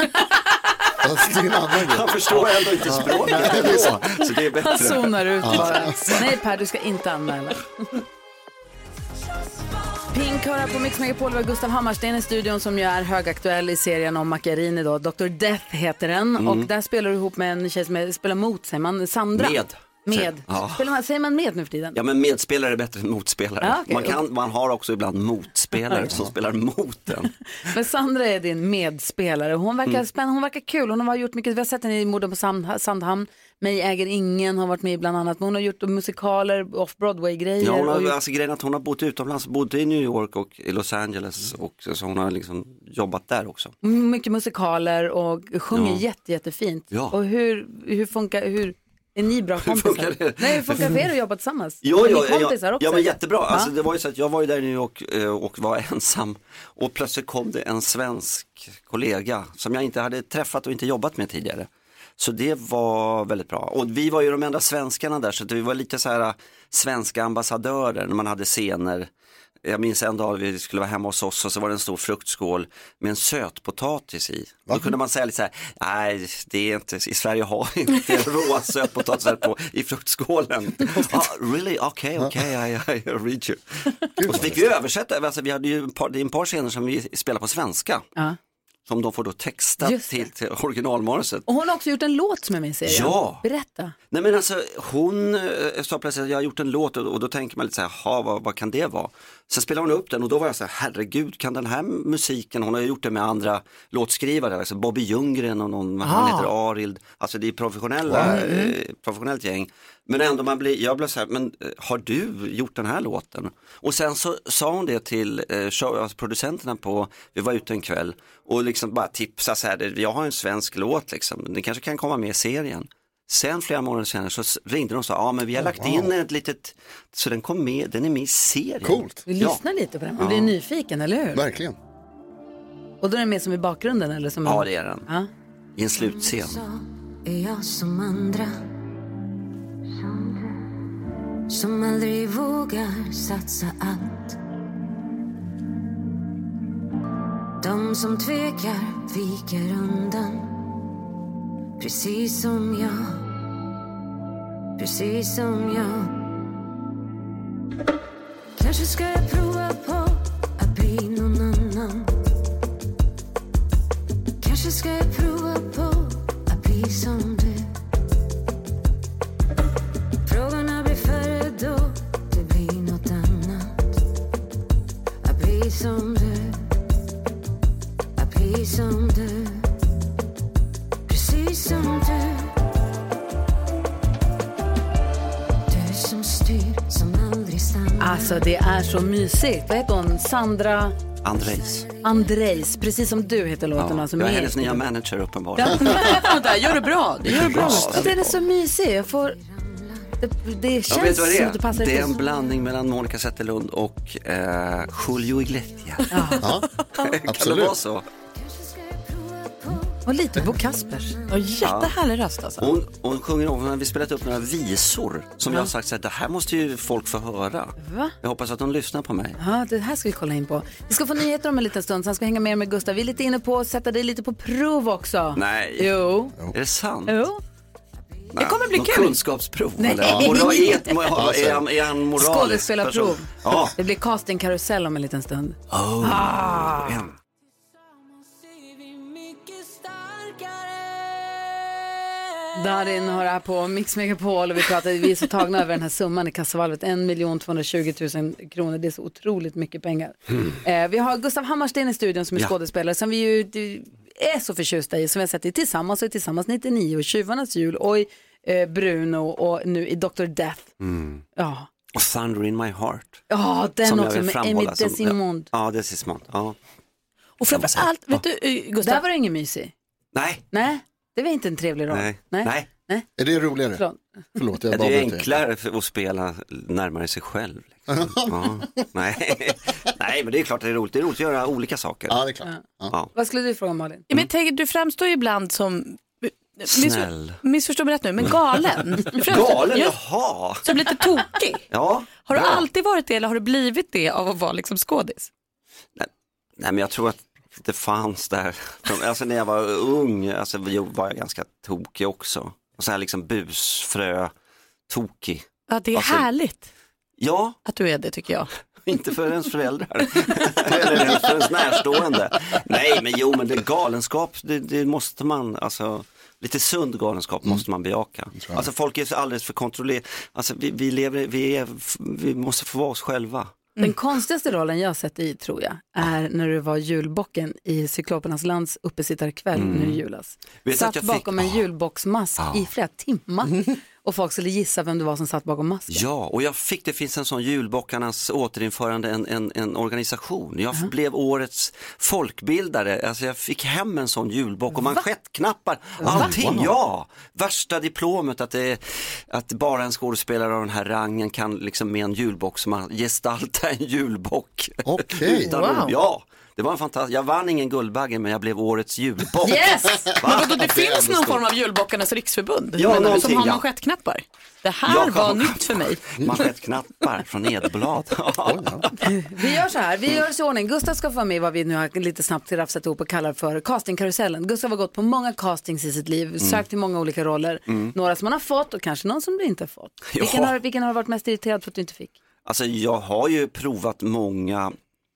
Han förstår ändå inte språket. Så det är bättre. Han zonar ut bara. Nej Per, du ska inte anmäla. Pink hör på Mix Megapol, var Gustav Hammarsten i studion som ju är högaktuell i serien om Macchiarini då. Dr. Death heter den. Och där spelar du ihop med en tjej som spelar mot, säger man, Sandra. Med. Ja. Säger man med nu för tiden? Ja, men medspelare är bättre än motspelare. Okay. Man har också ibland motspelare som spelar mot den. Men Sandra är din medspelare. Hon verkar spännande, hon verkar kul. Hon har gjort mycket, vi har sett henne i Morden på Sandhamn. Mig äger ingen har varit med bland annat. Men hon har gjort musikaler, off-Broadway-grejer. Ja, hon har, alltså grejen att hon har bott utomlands, bodde i New York och i Los Angeles. Och så hon har liksom jobbat där också. Mycket musikaler och sjunger jättefint. Ja. Och hur funkar, är ni bra kompisar? Hur funkar det att jobba tillsammans? Ja, men jättebra. Alltså, det var ju så att jag var ju där i New York och var ensam. Och plötsligt kom det en svensk kollega som jag inte hade träffat och inte jobbat med tidigare. Så det var väldigt bra. Och vi var ju de enda svenskarna där, så vi var lite så här svenska ambassadörer när man hade scener. Jag minns en dag vi skulle vara hemma hos oss och så var det en stor fruktskål med en sötpotatis i. Då kunde man säga lite så här, nej, det är inte, i Sverige har inte rå sötpotatis på i fruktskålen. Really? Okay, I read you. Och så fick vi översätta, alltså, vi hade ju ett par scener som vi spelade på svenska. Som de får då texta till originalmanuset. Och hon har också gjort en låt som är med i serien. Ja. Berätta. Nej, men alltså hon sa plötsligt att jag har gjort en låt och då tänker man lite så här, vad kan det vara? Sen spelar hon upp den och då var jag så här, herregud, kan den här musiken, hon har ju gjort det med andra låtskrivare, alltså Bobby Ljunggren och någon, han heter Arild, alltså det är professionellt gäng. Men ändå jag blev så här, men har du gjort den här låten? Och sen så sa hon det till producenterna vi var ute en kväll och liksom bara tipsa så här, jag har en svensk låt liksom, den kanske kan komma med i serien. Sen flera månader senare så ringde de och sa, men vi har lagt in ett litet, så den kom med, den är med i serien. Coolt. Vi lyssnar lite på den, man blir nyfiken, eller hur? Verkligen. Och då är den med som i bakgrunden, eller som ja, det är den. I en slutscen. Är jag som andra som aldrig vågar satsa allt. De som tvekar viker undan. Precis som jag. Kanske ska jag prova på att bli någon annan. Kanske ska jag prova på att bli som du. Frågorna blir färre då det blir något annat. Att bli som du. Att bli som du. Precis som du. Du som styr, som aldrig stannar. Alltså det är så mysigt. Vad heter hon? Sandra Andrejs, precis som du heter låten. Ja, alltså, jag är hennes nya manager uppenbarligen. Gör det bra. Det gör bra. Det är så mysigt. Det känns som att det passar. Det är en blandning mellan Monica Zetterlund och Julio Iglesias. Ja, kan det vara så? Och lite Bo Kaspers. Och jättehärlig röst alltså. Hon sjunger om, när vi spelat upp några visor som jag har sagt att det här måste ju folk få höra. Va? Jag hoppas att de lyssnar på mig. Ja, det här ska vi kolla in på. Vi ska få nyheter om en liten stund, sen ska vi hänga med Gustav. Vi är lite inne på att sätta dig lite på prov också. Nej. Jo. Är det sant? Jo. Det kommer bli kul. Kunskapsprov. Nej. Eller? Är han moralisk? Skådespelarprov. Ja. Det blir castingkarusell om en liten stund. Darin har det här på Mix Megapol och vi är så tagna över den här summan i kassavalvet. 1 220 000 kronor. Det är så otroligt mycket pengar. Vi har Gustav Hammarsten i studion som är skådespelare som vi ju är så förtjusta i, som vi har sett i Tillsammans 99 och Tjuvarnas jul och i Bruno och nu i Dr. Death. Ja. Och Thunder in my heart. Ja, den som också med Amy Desimond. Ja, Desimond. Ja. Och framförallt, vet du Gustav? Där var det ingen mysig. Nej. Det var inte en trevlig roll. Nej. Är det roligare? Förlåt, det är enklare att spela närmare sig själv. Liksom. Nej, men det är klart att det är roligt. Det är roligt att göra olika saker. Ja, det är klart. Ja. Vad skulle du fråga, Malin? Men du framstår ju ibland som... Snäll. Missförstå mig rätt nu, men galen. Galen, jaha. Som lite tokig. Ja. Har du alltid varit det eller har du blivit det av att vara liksom skådis? Nej, men jag tror att det fanns där. Alltså när jag var ung, alltså var jag ganska tokig också. Och så här liksom busfrö, tokig. Ja, det är härligt. Ja. Att du är det, tycker jag. Inte för ens föräldrar. Eller för ens närstående. Nej, men det är galenskap. Det måste man, alltså... Lite sund galenskap måste man bejaka. Alltså folk är alldeles för kontrollerade. Alltså vi måste få vara oss själva. Den konstigaste rollen jag sett i, tror jag, är när du var julbocken i Cyklopernas lands uppesittarkväll nu i julas. Satt bakom en julbocksmask i flera timmar. Och folk skulle gissa vem det var som satt bakom masken. Ja, och det finns en sån julbockarnas återinförande, en organisation. Jag blev årets folkbildare. Alltså jag fick hem en sån julbock och manschettknappar. Allting, värsta diplomet att bara en skådespelare av den här rangen kan liksom med en julbock som man gestalta en julbock. Okej. Ja. Det var en fantastisk. Jag vann ingen Guldbagge, men jag blev årets julbock. Yes! Men det finns någon form av julbockarnas riksförbund som har manschettknappar. Det här var nytt för mig. Manschettknappar från Edblad. Vi gör så här, vi gör så ordning. Gustav ska få vara med vad vi nu har lite snabbt rafsat ihop och kallar för castingkarusellen. Gustav har gått på många castings i sitt liv, sökt i många olika roller. Några som man har fått och kanske någon som du inte har fått. Vilken har varit mest irriterad för att du inte fick? Alltså jag har ju provat många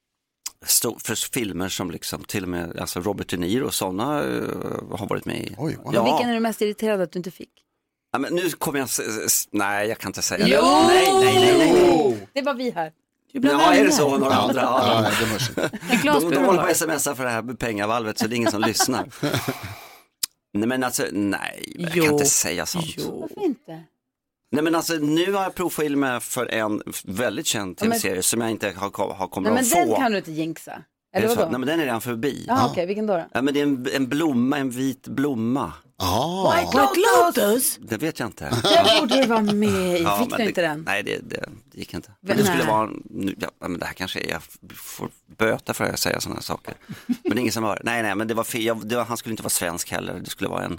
för filmer som liksom till och med alltså Robert De Niro och sådana har varit med i. Oj, wow. Ja. Vilken är du mest irriterad att du inte fick? Ja, men nu kommer jag... Nej, jag kan inte säga det. Nej. Det var vi här. Ja, är det så? Några andra? Ja, de håller på smsa för det här pengavalvet så det är ingen som lyssnar. Nej, men alltså, jag kan inte säga sånt. Varför inte? Nej, men alltså nu har jag provfilmer för en väldigt känd tv-serie som jag inte har kommit att få. Men den kan du inte jinxa. Eller vadå? Nej, men den är redan förbi. Okej, vilken då? Ja, men det är en blomma, en vit blomma. White Lotus? Det vet jag inte. Det borde du vara med i. Fick du inte den? Nej, det gick inte. Men det skulle vara, men det här kanske är, jag får böta för att jag säger sådana saker. Men det är ingen som hör. Nej, men det var fel. Han skulle inte vara svensk heller. Det skulle vara en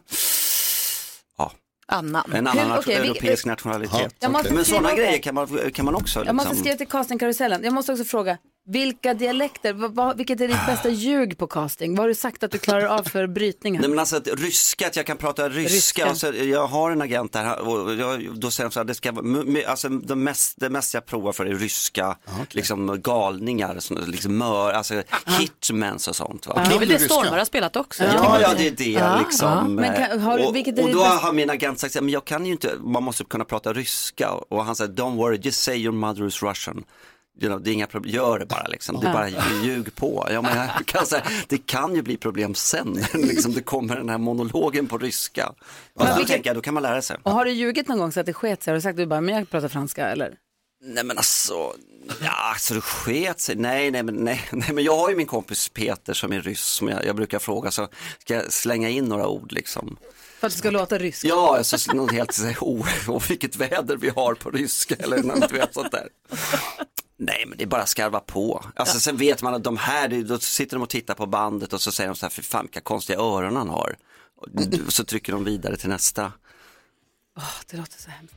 annan europeisk nationalitet. Men sådana grejer kan man också. Jag måste skriva till castingkarusellen. Jag måste också fråga, vilka dialekter, vilket är ditt bästa ljug på casting? Vad har du sagt att du klarar av för brytningar? Nej, men alltså att jag kan prata ryska. Alltså, jag har en agent där och då säger så att det ska vara, alltså det mest jag provar för är ryska liksom galningar, liksom alltså hitmans och sånt. Va? Det är väl det Stormar har spelat också? Ja, det är det liksom. Men vilket är och då har min agent sagt, men jag kan ju inte, man måste kunna prata ryska, och han säger, don't worry, just say your mother is Russian. Det är inga problem, gör det bara liksom. Det är bara ljug på. Ja, men jag kan säga, det kan ju bli problem sen liksom, det kommer den här monologen på ryska. Och då tänker jag, då kan man lära sig. Och har du ljugit någon gång så att det sket sig? Har du sagt att du bara, men jag pratar franska eller? Nej, men alltså, så det sket sig. Nej, men jag har ju min kompis Peter som är ryss som jag brukar fråga, så ska jag slänga in några ord liksom. För att det ska låta rysk? Ja, alltså något helt vilket väder vi har på ryska eller något vet sånt där. Nej, men det är bara skarva på. Alltså sen vet man att de här, då sitter de och tittar på bandet och så säger de så här, för fan vilka konstiga öron han har. Och så trycker de vidare till nästa. Det låter så hemskt.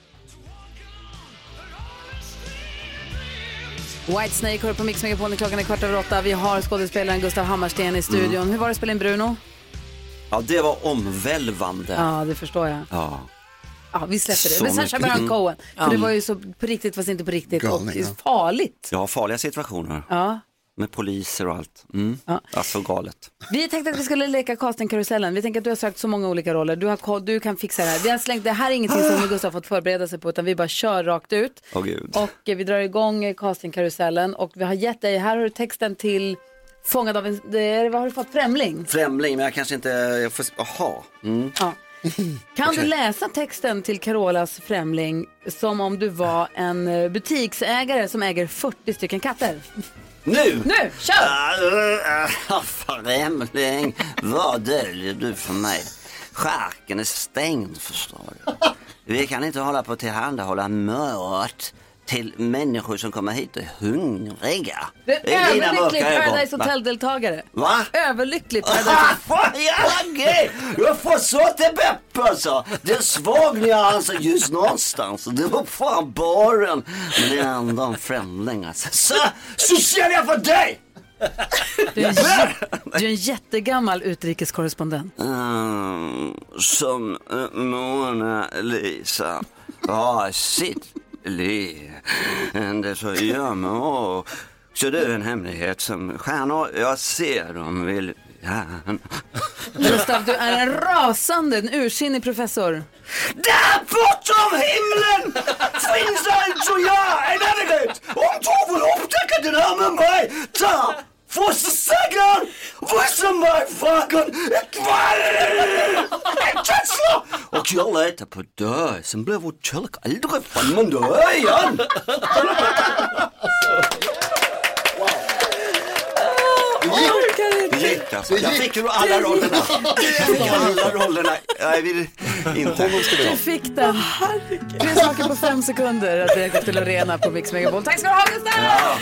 Whitesnake hör på Mix Megapol, klockan är 7:15. Vi har skådespelaren Gustav Hammarsten i studion. Hur var det att spela in Bruno? Ja, det var omvälvande. Ja, det förstår jag. Ja. Ja, vi släpper det. Men sen kör Baron Cohen. För det var ju så på riktigt fast inte på riktigt. Galning, och farligt. Ja, farliga situationer. Ja. Med poliser och allt. Alltså galet. Vi tänkte att vi skulle leka castingkarusellen. Vi tänker att du har sökt så många olika roller. Du kan fixa det här. Vi har slängt, det här är ingenting som Gustav har fått förbereda sig på, utan vi bara kör rakt ut. Gud. Och vi drar igång castingkarusellen. Och vi har gett dig, här har du texten till Fångad av en, vad har du fått? Främling, men jag kanske inte, jag får, aha. Ja. Kan du läsa texten till Carolas Främling som om du var en butiksägare som äger 40 stycken katter? Nu, kör! Främling, vad döljer du för mig? Skärken är stängd, förstår du. Vi kan inte hålla på att tillhandahålla mat till människor som kommer hit och är hungriga. Det är överlycklig Paradise Hotel-deltagare. Va? Överlycklig Paradise. Jag får så till bepp alltså. Det är svag nyans just någonstans. Det var fan baren. Men det är ändå en främling alltså. Så ser jag för dig! Du är en jättegammal utrikeskorrespondent. Som Mona Lisa har sitt leende så gör man. Så det är en hemlighet som stjärnor, jag ser dem vill. Gustav, du är en rasande, en ursinnig professor. Där bortom himlen finns alltså jag, en evighет. Om du vill upptäcka den här med mig, ta första segern, vissa mig fagen, ett känsla. Och jag letar på dig, sen blev vår kärlek aldrig fan igen. Jag fick ju alla rollerna. Jag vill inte. Du fick den. 3 saker på 5 sekunder att räkna till Lorena på Mix Megapol. Tack ska du ha, Gustav! Ja.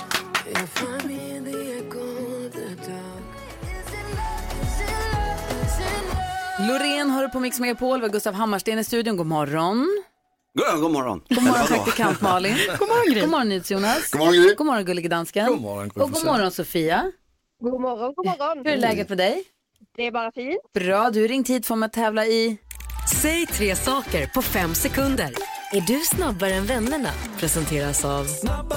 Loreen hör på Mix Megapol. Vi har Gustav Hammarsten i studion. God morgon. God morgon. God morgon, praktikant Malin. God morgon, Gry. God morgon, Jonas. God morgon, Gry. God morgon, gullige dansken. God morgon, och god morgon, Sofia. God morgon, god morgon. Hur är läget med dig? Det är bara fint. Bra, du ringt hit för att tävla i... Säg 3 saker på 5 sekunder. Är du snabbare än vännerna? Presenteras av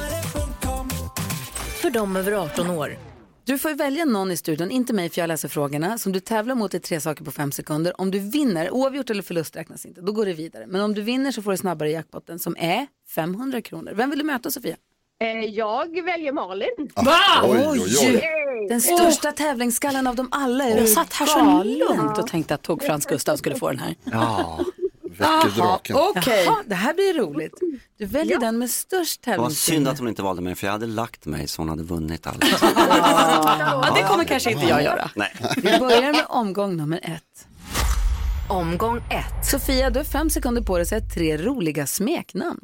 för dem över 18 år. Du får välja någon i studion, inte mig för jag läser frågorna, som du tävlar mot i 3 saker på 5 sekunder. Om du vinner, oavgjort eller förlust räknas inte, då går det vidare. Men om du vinner så får du snabbare jackpotten som är 500 kronor. Vem vill du möta, Sofia? Jag väljer Malin. Va? Oj. Den största tävlingsskallen av dem alla. Jag satt här så lugnt och tänkte att Tog Frans Gustav skulle få den här. Ja, väcker draken. Okej, det här blir roligt. Du väljer den med störst tävlingssinne. Det var synd att hon inte valde mig, för jag hade lagt mig så hon hade vunnit allt. Ja, det kommer kanske inte jag göra. Nej. Vi börjar med omgång nummer 1. Omgång 1. Sofia, du har 5 sekunder på dig att säga 3 roliga smeknamn.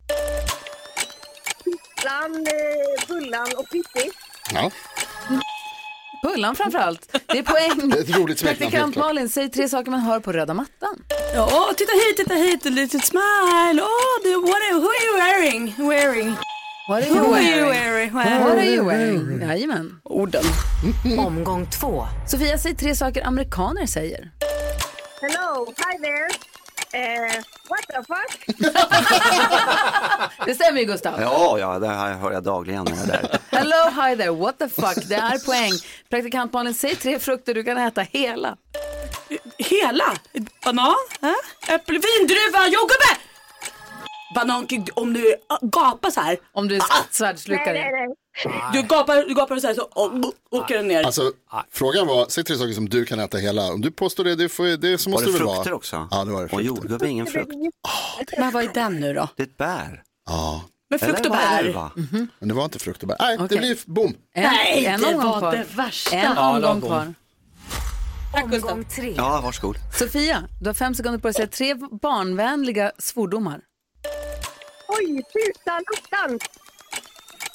Bullan och Pitti. Ja. Bullan framförallt. Det är poäng. Det är ett roligt smeknamn. Praktikant Malin, säg 3 saker man hör på röda mattan. Ja, titta hit, a little smile. Who are you wearing? What are you wearing? Jajamän. Orden. Omgång 2. Sofia, säg 3 saker amerikaner säger. Hello, hi there. What the fuck? Det stämmer ju, Gustav. Ja, det här hör jag dagligen när jag är där. Hello, hi there, what the fuck. Det är poäng. Praktikant Malin, säg 3 frukter du kan äta hela. Hela? Banan? Äpple, vindruva, jordgubbe! Banan, om du gapar så här. Om du är svärdslyckare. Nej. Du gapar så här så åker den ner. Alltså, frågan var, säg 3 saker som du kan äta hela. Om du påstår det så måste det väl vara. Var det frukter också? Ja, det var det. Och jordgubbe är ingen frukt. Men vad är den nu då? Det är ett bär. Ja. Men frukt och bär. Men det var inte frukt och bär. Nej, det blir bom. En det omgång var kvar. det värsta. En omgång kvar. Omgång 3. Ja, varsågod. Sofia, du har 5 sekunder på dig att säga 3 barnvänliga svordomar. Oj, tusan, attan.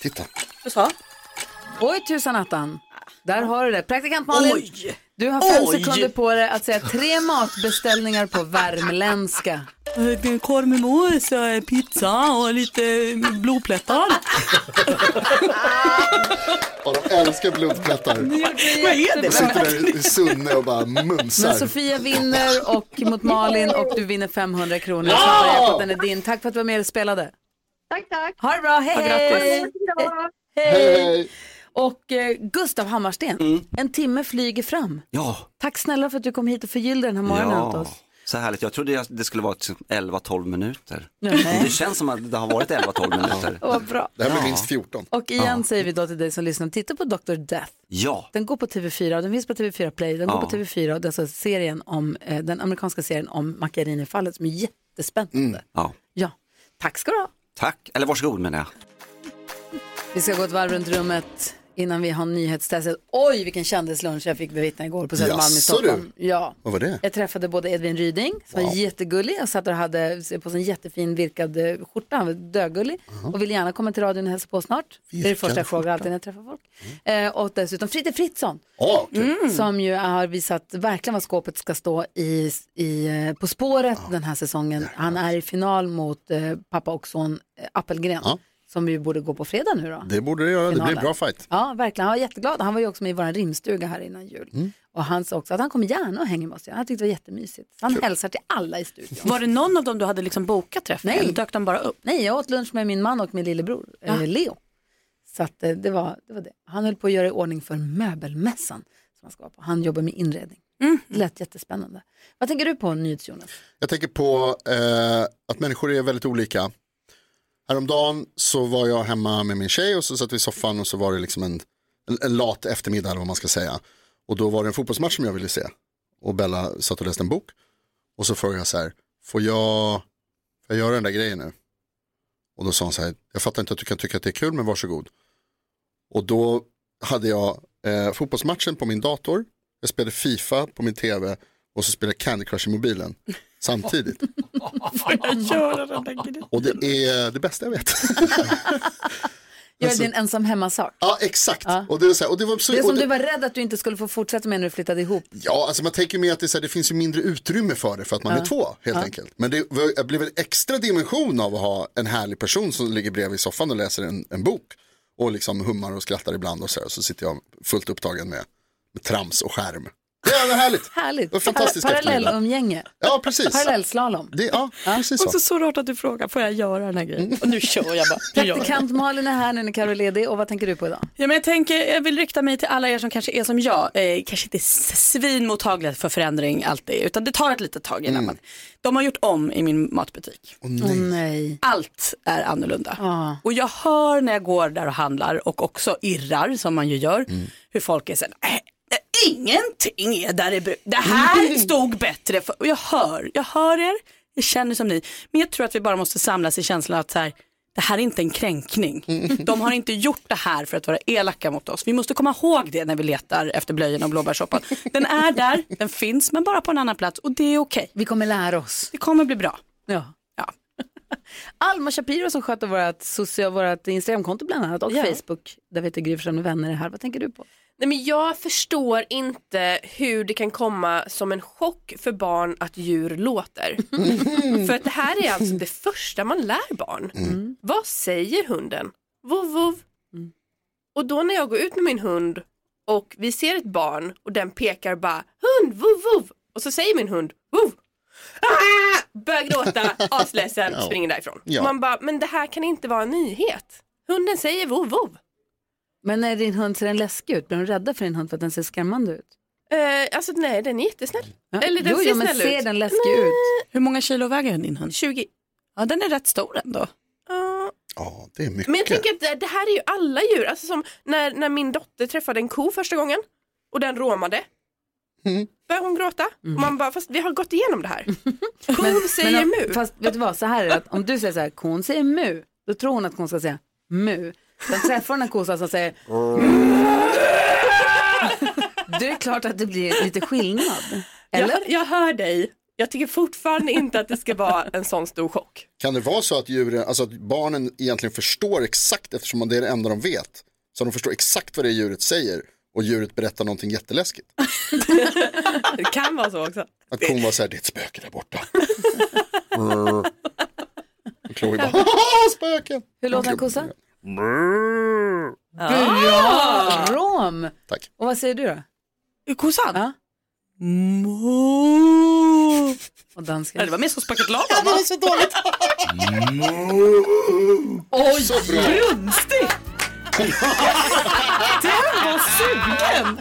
Titta. Du sa? Oj, tusan attan. Där har du det. Praktikant Malin. Oj. Du har 5 sekunder på dig att säga 3 matbeställningar på värmländska. Korv med mos, pizza och lite blodplättar. Och de älskar blodplättar. Vad är det? De sitter där i Sunne och bara mumsar. Men Sofia vinner och mot Malin och du vinner 500 kronor. Ja! Den är din. Tack för att du var med och spelade. Tack. Ha det bra, hej! Hej! Och Gustav Hammarsten, en timme flyger fram. Ja. Tack snälla för att du kom hit och förgyllde den här morgonen åt oss. Så härligt. Jag trodde det skulle vara 11-12 minuter. Det känns som att det har varit 11-12 minuter. Vad bra. Det här blir minst 14. Och igen säger vi då till dig som lyssnar, titta på Dr. Death. Ja. Den går på TV4, den finns på TV4 Play, den går på TV4 och det är alltså serien om, den amerikanska serien om Macchiarini-fallet som är jättespännande. Ja. Tack ska du ha. Tack, eller varsågod menar jag. Vi ska gå ett varv runt rummet innan vi har nyhetstestet. Oj, vilken kändislunch jag fick bevittna igår på Södermalm i Stockholm. Ja. Vad var det? Jag träffade både Edvin Ryding, som var jättegullig. Jag satt och hade på en jättefin virkad skjorta. Han var dögullig. Och vill gärna komma till radion och hälsa på snart. Det är det första jag frågar alltid när jag träffar folk. Och dessutom Fritte Fritzson. Som ju har visat verkligen vad skåpet ska stå På spåret den här säsongen. Han är i final mot pappa och son Appelgren. Som vi borde gå på fredag nu då. Det borde det göra, det blir en bra fight. Ja, verkligen. Han var jätteglad. Han var ju också med i vår rimstuga här innan jul. Och han sa också att han kommer gärna och hänger med oss. Han tyckte det var jättemysigt. Så han hälsar till alla i studion. Var det någon av dem du hade liksom bokat träff? Nej. Eller dök de bara upp? Nej, jag åt lunch med min man och min lillebror Leo. Så att, det var det. Han höll på att göra i ordning för möbelmässan som han ska vara på. Han jobbar med inredning. Det lät jättespännande. Vad tänker du på, NyhetsJonas? Jag tänker på att människor är väldigt olika. Häromdagen så var jag hemma med min tjej och så satt vi i soffan och så var det liksom en lat eftermiddag eller vad man ska säga. Och då var det en fotbollsmatch som jag ville se. Och Bella satt och läste en bok. Och så frågade jag så här, får jag göra den där grejen nu? Och då sa hon så här, jag fattar inte att du kan tycka att det är kul, men varsågod. Och då hade jag fotbollsmatchen på min dator. Jag spelade FIFA på min tv och så spelade Candy Crush i mobilen samtidigt. Får jag göra den där grejen? Och det är det bästa jag vet. Gör det en ensam hemmasak. Ja, exakt. Ja. Och det är så här, och det var så, det är som du var rädd att du inte skulle få fortsätta med när du flyttade ihop. Ja, alltså man tänker mer att det, är så här, det finns ju mindre utrymme för det för att man är två, helt enkelt. Men det blev en extra dimension av att ha en härlig person som ligger bredvid i soffan och läser en bok. Och liksom hummar och skrattar ibland och så sitter jag fullt upptagen med trams och skärm. Det är härligt. Härligt. Det var fantastiskt. Parallellumgänge. Ja, precis. Parallellslalom. Ja, precis så. Också så rart att du frågar, får jag göra den här grejen? Och nu kör jag bara. Praktikant Malin är här när Karo är ledig. Och vad tänker du på idag? Ja, men jag vill rikta mig till alla er som kanske är som jag. Kanske inte svinmottagliga för förändring alltid. Utan det tar ett litet tag innan man... De har gjort om i min matbutik. Nej. Allt är annorlunda. Och jag hör när jag går där och handlar och också irrar som man ju gör. Hur folk är så här, ingenting är där det här stod bättre för. Och jag hör er, jag känner som ni. Men jag tror att vi bara måste samlas i känslan att så här, det här är inte en kränkning. De har inte gjort det här för att vara elaka mot oss. Vi måste komma ihåg det när vi letar efter blöjorna och blåbärssoppan. Den är där, den finns, men bara på en annan plats. Och det är okej. Vi kommer lära oss. Det kommer bli bra. Ja. Alma Shapiro som sköter vårt Instagramkonto bland annat och Facebook, där vi heter Gry Forssell med vänner här. Vad tänker du på? Nej, men jag förstår inte hur det kan komma som en chock för barn att djur låter. För att det här är alltså det första man lär barn. Vad säger hunden? Vov, vov. Och då när jag går ut med min hund och vi ser ett barn och den pekar bara hund, vov, vov. Och så säger min hund vov. Börjar gråta, asledsen, springer därifrån. Och man bara, men det här kan inte vara en nyhet. Hunden säger vov, vov. Men när din hund ser en läskig ut, blir du rädda för din hund för att den ser skrämmande ut? Alltså nej, den är jättesnäll. Eller den ser snäll ut. Ser den läskig ut? Hur många kilo väger din hund? 20. Ja, den är rätt stor ändå. Ja, det är mycket. Men jag tänker att det här är ju alla djur. Alltså som när min dotter träffade en ko första gången och den råmade. Började hon gråta? Och man bara, fast vi har gått igenom det här. Kon säger mu. Fast vet du vad, så här är det att om du säger så här, kon säger mu, då tror hon att kon ska säga mu. Sen träffar hon en kossa som säger det är klart att det blir lite skillnad. Eller? Jag hör dig. Jag tycker fortfarande inte att det ska vara en sån stor chock. Kan det vara så att djuren, alltså att barnen egentligen förstår exakt, eftersom det är det enda de vet, så de förstår exakt vad det djuret säger och djuret berättar någonting jätteläskigt? Det kan vara så också. Att kon var så här, det är ett spöke där borta. Och Chloe bara, spöken. Hur låter en kossa? Bra! Rom! Tack. Och vad säger du då? Kossan? Ja. Och dansken? Ja, det var mer som spöket lava. Det var så dåligt. Oj, så bra. brunstig! Den var sugen!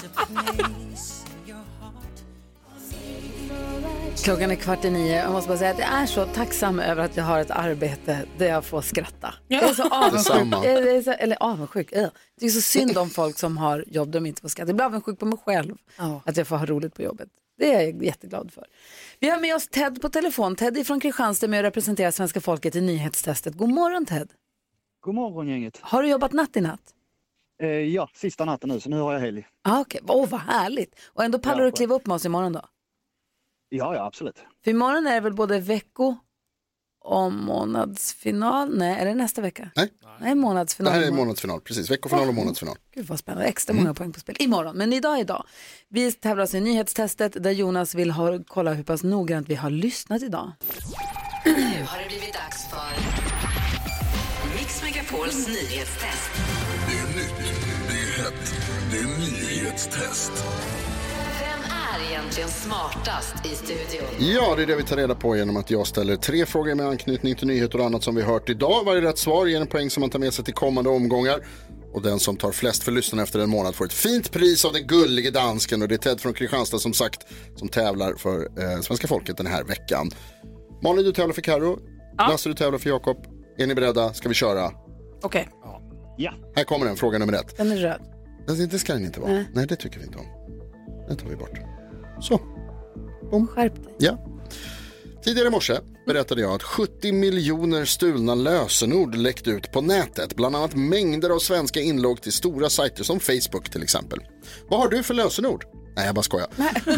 Klockan är 8:15. Jag måste bara säga att jag är så tacksam över att jag har ett arbete där jag får skratta. Jag är så avundsjuk. Eller avundsjuk. Det är så synd om folk som har jobb där de inte får skratta. Jag blir avundsjuk på mig själv att jag får ha roligt på jobbet. Det är jag jätteglad för. Vi har med oss Ted på telefon. Ted är från Kristianstad med att representera svenska folket i nyhetstestet. God morgon Ted. God morgon gänget. Har du jobbat natt i natt? Ja, sista natten nu, så nu har jag helg. Okej. Vad härligt. Och ändå pallar du att kliva upp med oss imorgon då? Ja, absolut. För imorgon är det väl både vecko och månadsfinal? Nej, är det nästa vecka? Nej, månadsfinal. Det här är månadsfinal, precis. Veckofinal och månadsfinal. Gud vad spännande, extra många poäng på spel. Imorgon, men idag. Vi tävlar oss i nyhetstestet där Jonas vill kolla hur pass noggrant vi har lyssnat idag. Nu har det blivit dags för Mix Megapols nyhetstest. Det är nytt, det är hett, det är nyhetstest. Är egentligen smartast i studion? Ja, det är det vi tar reda på genom att jag ställer 3 frågor med anknytning till nyheter och annat som vi hört idag. Varje rätt svar ger en poäng som man tar med sig till kommande omgångar. Och den som tar flest för lyssnarna efter en månad får ett fint pris av den gullige dansken. Och det är Ted från Kristianstad som sagt som tävlar för svenska folket den här veckan. Malin, du tävlar för Karo. Lasse, du tävlar för Jakob. Är ni beredda? Ska vi köra? Okej. Ja. Här kommer den, fråga nummer 1. Den är röd. Det ska den inte vara. Nej, det tycker vi inte om. Den tar vi bort. Så. Bom. Skärp dig. Ja. Tidigare i morse berättade jag att 70 miljoner stulna lösenord läckt ut på nätet. Bland annat mängder av svenska inlogg till stora sajter som Facebook till exempel. Vad har du för lösenord? Nej, jag bara skojar.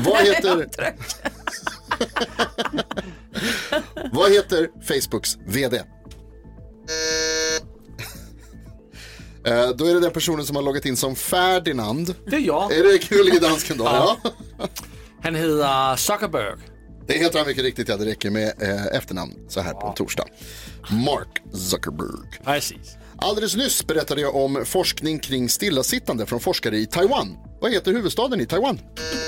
Vad heter Facebooks vd? Då är det den personen som har loggat in som Ferdinand. Det är jag. Är det kul i dansken då? Ja. Han heter Zuckerberg. Det heter han mycket riktigt, ja, det räcker med efternamn så här på torsdag. Mark Zuckerberg. Precis. Alldeles nyss berättade jag om forskning kring stillasittande från forskare i Taiwan. Vad heter huvudstaden i Taiwan?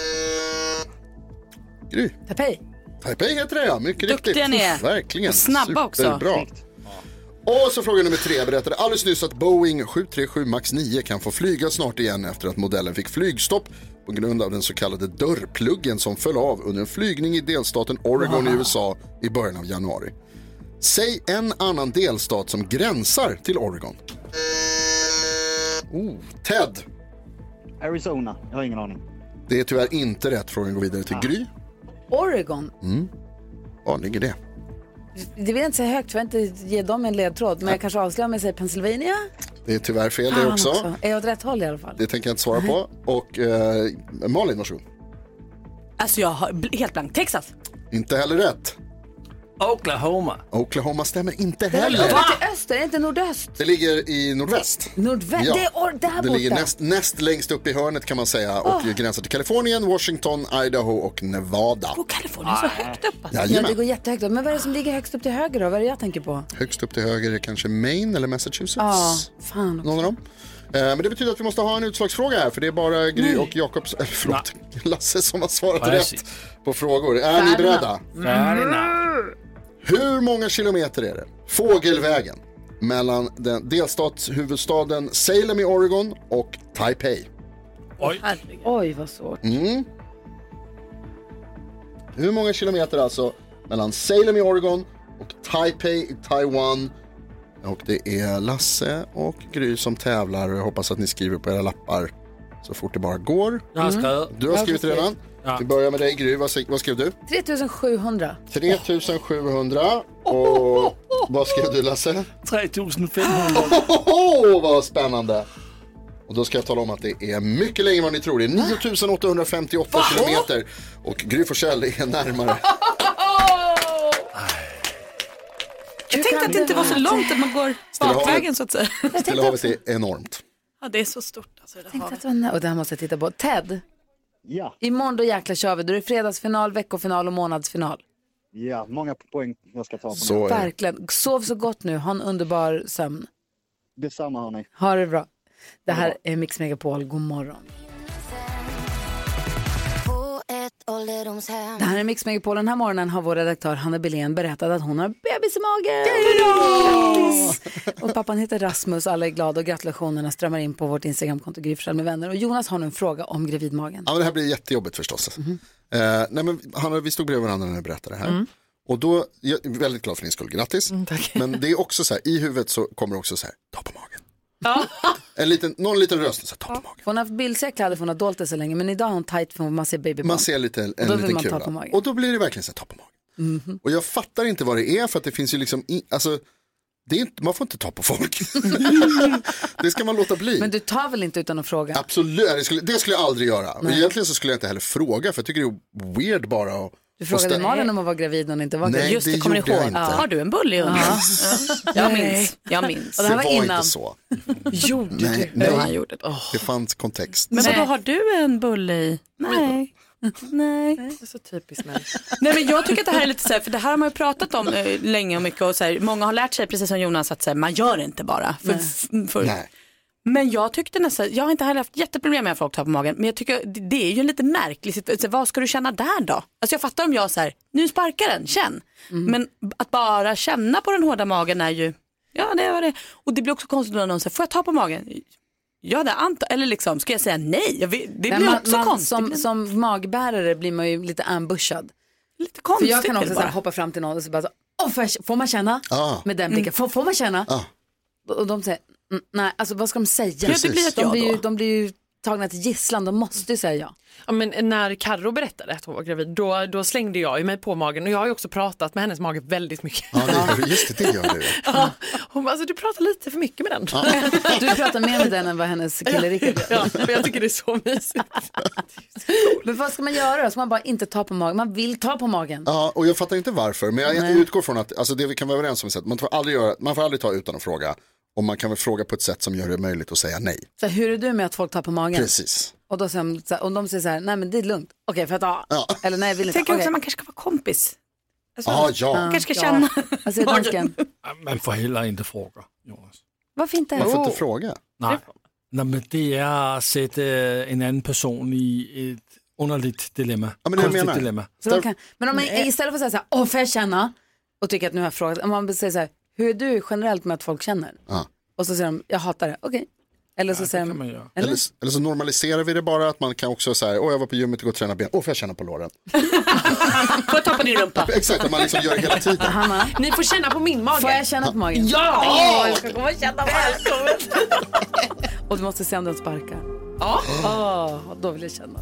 Gry. Taipei heter det, ja. Mycket riktigt. Duktiga ni är. Verkligen. Och snabba också. Bra. Och så fråga nummer 3. Jag berättade alldeles nyss att Boeing 737 MAX 9 kan få flyga snart igen efter att modellen fick flygstopp på grund av den så kallade dörrpluggen som föll av under en flygning i delstaten Oregon i USA i början av januari. Säg en annan delstat som gränsar till Oregon. Ted. Arizona, jag har ingen aning. Det är tyvärr inte rätt. Frågan går vidare till Gry. Oregon? Var ligger det? Det vill jag inte säga högt för jag inte ge dem en ledtråd. Men jag kanske avslöjar mig och säger Pennsylvania. Det är tyvärr fel det också. Är jag åt rätt håll i alla fall? Det tänker jag inte svara på. Och Malin, varsågod. Alltså jag har helt blankt. Texas. Inte heller rätt. Oklahoma stämmer inte heller. Det är till öster, är inte nordöst? Det ligger i nordväst. Nordväst? Ja. Det är där borta. Det ligger näst längst upp i hörnet kan man säga. Och gränsar till Kalifornien, Washington, Idaho och Nevada. Och Kalifornien är så högt upp alltså. Ja, det går jättehögt upp. Men vad är det som ligger högst upp till höger då? Vad är det jag tänker på? Högst upp till höger är kanske Maine eller Massachusetts. Ja, fan också. Någon av dem. Men det betyder att vi måste ha en utslagsfråga här. För det är bara Gry och Jakobs, Lasse som har svarat rätt på frågor. Är ni beredda? Hur många kilometer är det fågelvägen mellan den delstatshuvudstaden Salem i Oregon och Taipei? Oj, vad svårt. Hur många kilometer alltså mellan Salem i Oregon och Taipei i Taiwan? Och det är Lasse och Gry som tävlar. Jag hoppas att ni skriver på era lappar så fort det bara går. Du har skrivit redan. Vi börjar med dig, Gry. Vad skrev du? 3700. 3700. Och vad skrev du, Lasse? 3500. Vad spännande. Och då ska jag tala om att det är mycket längre än vad ni tror. Det är 9858 kilometer. Och Gry Forssell är närmare. Jag tänkte att det inte var så långt att man går bakvägen så att säga. Stilla havet är enormt. Ja, det är så stort alltså, det havet. Och det här måste jag titta på. Ted, Ja. imorgon då jäkla kör vi. Då är det fredagsfinal, veckofinal och månadsfinal. Ja, många poäng jag ska ta på Så nu. Verkligen. Sov så gott nu. Ha en underbar sömn. Detsamma hörni. Ha det bra. Det här är Mix Megapol. God morgon. Det här är Mix Megapol. Den här morgonen har vår redaktör Hanna Billén berättat att hon har bebis i magen. Och pappan heter Rasmus. Alla är glada och gratulationerna strömmar in på vårt Instagramkonto Gry Forssell med vänner. Och Jonas har nu en fråga om gravidmagen. Ja, men det här blir jättejobbigt förstås. Nej, men Hanna, vi stod bredvid varandra när jag berättade det här. Och då, jag är väldigt glad för din skull, grattis. Men det är också så här, i huvudet så kommer det också så här, ta på magen. Ja. Någon liten röst, så här, ta på magen. Hon har haft bilsiga kläder för hon har dolt det så länge. Men idag har hon tight för man ser babybarn. Man ser en liten kula. Och då blir det verkligen så här, ta på magen. Och jag fattar inte vad det är, för att det finns ju liksom, alltså, det är inte, man får inte ta på folk. Det ska man låta bli. Men du tar väl inte utan att fråga? Absolut, det skulle jag aldrig göra. Och egentligen så skulle jag inte heller fråga, för jag tycker det är weird bara att... Du frågade Malin om hon var gravid när hon inte var gravid. Nej, just det kommer gjorde jag ihåg. inte. Har du en bulle i ungen? Jag minns. Och det här var innan. inte så. Gjorde Nej, du? Han gjorde det. Det fanns kontext. Men vadå, har du en bulle i? Nej. Nej. Det är så typiskt människa. Nej, men jag tycker att det här är lite så här, för det här har man ju pratat om länge och mycket och så här, många har lärt sig precis som Jonas att så här, man gör det inte bara. Nej. Men jag tyckte nästan, jag har inte heller haft jätteproblem med att folk tar på magen, men jag tycker det är ju en lite märklig situation. Vad ska du känna där då? Alltså jag fattar om jag så här, nu sparkar den, känn. Men att bara känna på den hårda magen är ju, ja det var det. Och det blir också konstigt när någon säger, får jag ta på magen? Ja, det eller liksom, ska jag säga nej? Det blir också konstigt. Som magbärare blir man ju lite ambushad. Lite konstigt. För jag kan också så här, hoppa fram till någon och så bara så, får man känna? Med den blicken, får man känna? Och de säger, nej, alltså vad ska de säga? Ja, det blir de blir ju tagna till gisslan, de måste ju säga ja. Ja, men när Karo berättade att hon var gravid, då slängde jag mig på magen. Och jag har ju också pratat med hennes mage väldigt mycket. Ja, just det gör du. Ja, hon bara, alltså, du pratar lite för mycket med den. Ja. Du pratar mer med den än vad hennes kille Rickard gör. Ja, för jag tycker det är så mysigt. Men vad ska man göra då? Ska man bara inte ta på magen? Man vill ta på magen. Ja, och jag fattar inte varför. Men jag utgår från att, alltså det vi kan vara överens om, man får aldrig ta utan att fråga. Och man kan väl fråga på ett sätt som gör det möjligt att säga nej. Så hur är du med att folk tar på magen? Precis. Och då säger, om de säger så här, nej men det är lugnt. Okej, för att eller nej, jag vill inte. Tänker också att man kanske ska vara kompis. Alltså, man kanske ska känna. Alltså, man får heller inte fråga, Jonas. Varför inte? Man får inte fråga. Nej, men det är att sätta en annan person i ett underligt dilemma. Ja, men konstigt dilemma. Men om man istället för att säga så här, får jag känna? Och tycker att nu har jag frågat. Om man säger så här, hur är du generellt med att folk känner? Och så säger de, jag hatar det. Okej. Eller så säger de, eller så normaliserar vi det bara, att man kan också säga, jag var på gymmet och gå och träna ben. Får jag känna på låren? Får jag ta på din rumpa? Exakt, att man liksom gör det hela tiden. Hanna, ni får känna på min mage. Får jag känna på magen? Ja! Jag ska komma och känna och du måste se om den sparkar. Ja. Då vill jag känna.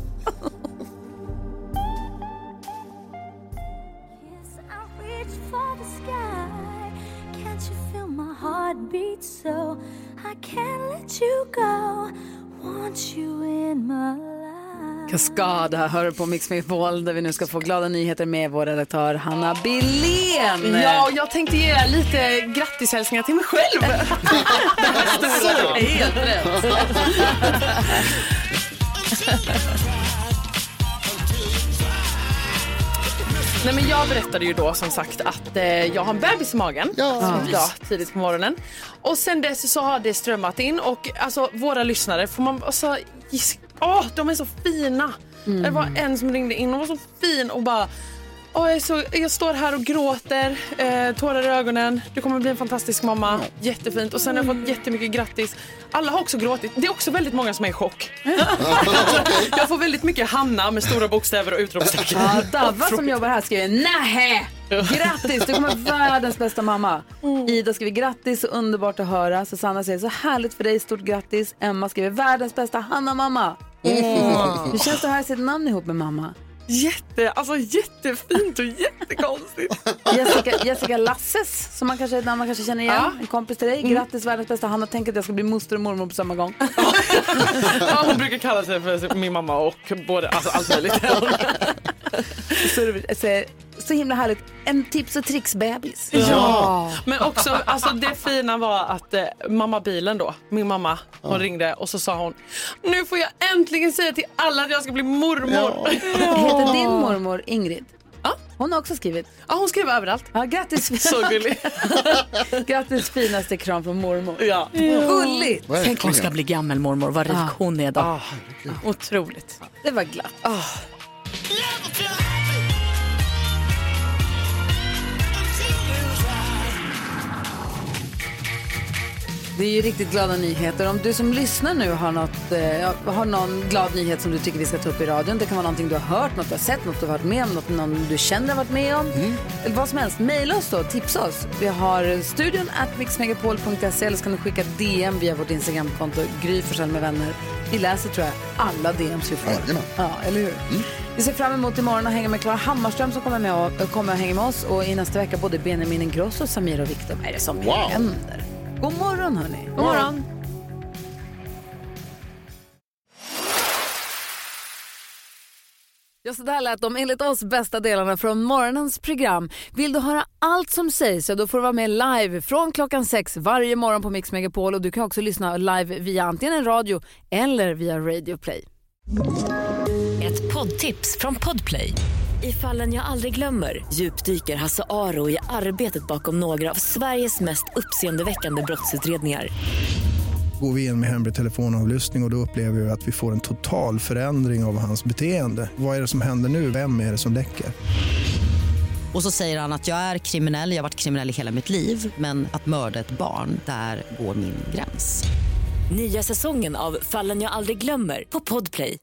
Heartbeat so I can't let you go. Want you in my life. Kaskada hör på Mix Megapol där vi nu ska få glada nyheter med vår redaktör Hanna Billén. Ja, jag tänkte ge er lite grattishälsningar till mig själv. Helt rätt. Nej, men jag berättade ju då som sagt att jag har en bebis i magen tidigt på morgonen. Och sen dess så har det strömmat in. Och alltså våra lyssnare får man alltså, de är så fina. Det var en som ringde in och var så fin och bara jag står här och gråter, tårar i ögonen. Du kommer bli en fantastisk mamma, jättefint. Och sen har jag fått jättemycket grattis. Alla har också gråtit. Det är också väldigt många som är i chock. Jag får väldigt mycket Hanna med stora bokstäver och utropstecken. Ja, Davva som jobbar här skriver, nej, grattis, du kommer världens bästa mamma. Ida skriver, grattis, så underbart att höra. Susanna säger, så härligt för dig, stort grattis. Emma skriver, världens bästa Hanna-mamma. Hur känns det att höra sitt namn ihop med mamma? Jättefint och jättekonstigt. Jessica Lasses, som man kanske känner igen, en kompis till dig. Grattis, världens bästa. Hanna tänker att jag ska bli moster och mormor på samma gång. Ja, hon brukar kalla sig för min mamma och både, alltså allt möjligt. Så himla härligt. En tips och tricks-bebis. Ja. Men också, alltså det fina var att mamma bilen då, min mamma, hon ringde och så sa hon, nu får jag äntligen säga till alla att jag ska bli mormor. Heter din mormor Ingrid? Ja. Hon har också skrivit. Ja, hon skriver överallt. Ja, grattis. Så gullig. Grattis, finaste kram från mormor. Ja. Gulligt. Tänk hon ska bli gammal mormor, vad rik hon är då. Otroligt. Det var glatt. Det är ju riktigt glada nyheter. Om du som lyssnar nu har någon glad nyhet som du tycker vi ska ta upp i radion. Det kan vara någonting du har hört, något du har sett, något du har varit med om, någon du känner har varit med om. Eller vad som helst. Maila oss då, tipsa oss. Vi har studion @mixmegapol.se eller så kan du skicka DM via vårt Instagramkonto Gry Forssell med vänner. Vi läser tror jag alla DMs vi får. Ja, eller hur? Vi ser fram emot imorgon och hänga med Klara Hammarström som kommer att hänga med oss. Och i nästa vecka både Benjamin Ingrosso och Samir och Viktor. Vad är det som händer? God morgon hörni. God morgon. Ja, så där lät de enligt oss bästa delarna från morgonens program. Vill du höra allt som sägs så då får du vara med live från 6:00 varje morgon på Mix Megapol. Och du kan också lyssna live via antingen en radio eller via Radio Play. Ett poddtips från Podplay. I Fallen jag aldrig glömmer djupdyker Hasse Aro i arbetet bakom några av Sveriges mest uppseendeväckande brottsutredningar. Går vi in med hemlig telefonavlyssning och då upplever vi att vi får en total förändring av hans beteende. Vad är det som händer nu? Vem är det som läcker? Och så säger han att jag är kriminell, jag har varit kriminell i hela mitt liv. Men att mörda ett barn, där går min gräns. Nya säsongen av Fallen jag aldrig glömmer på Podplay.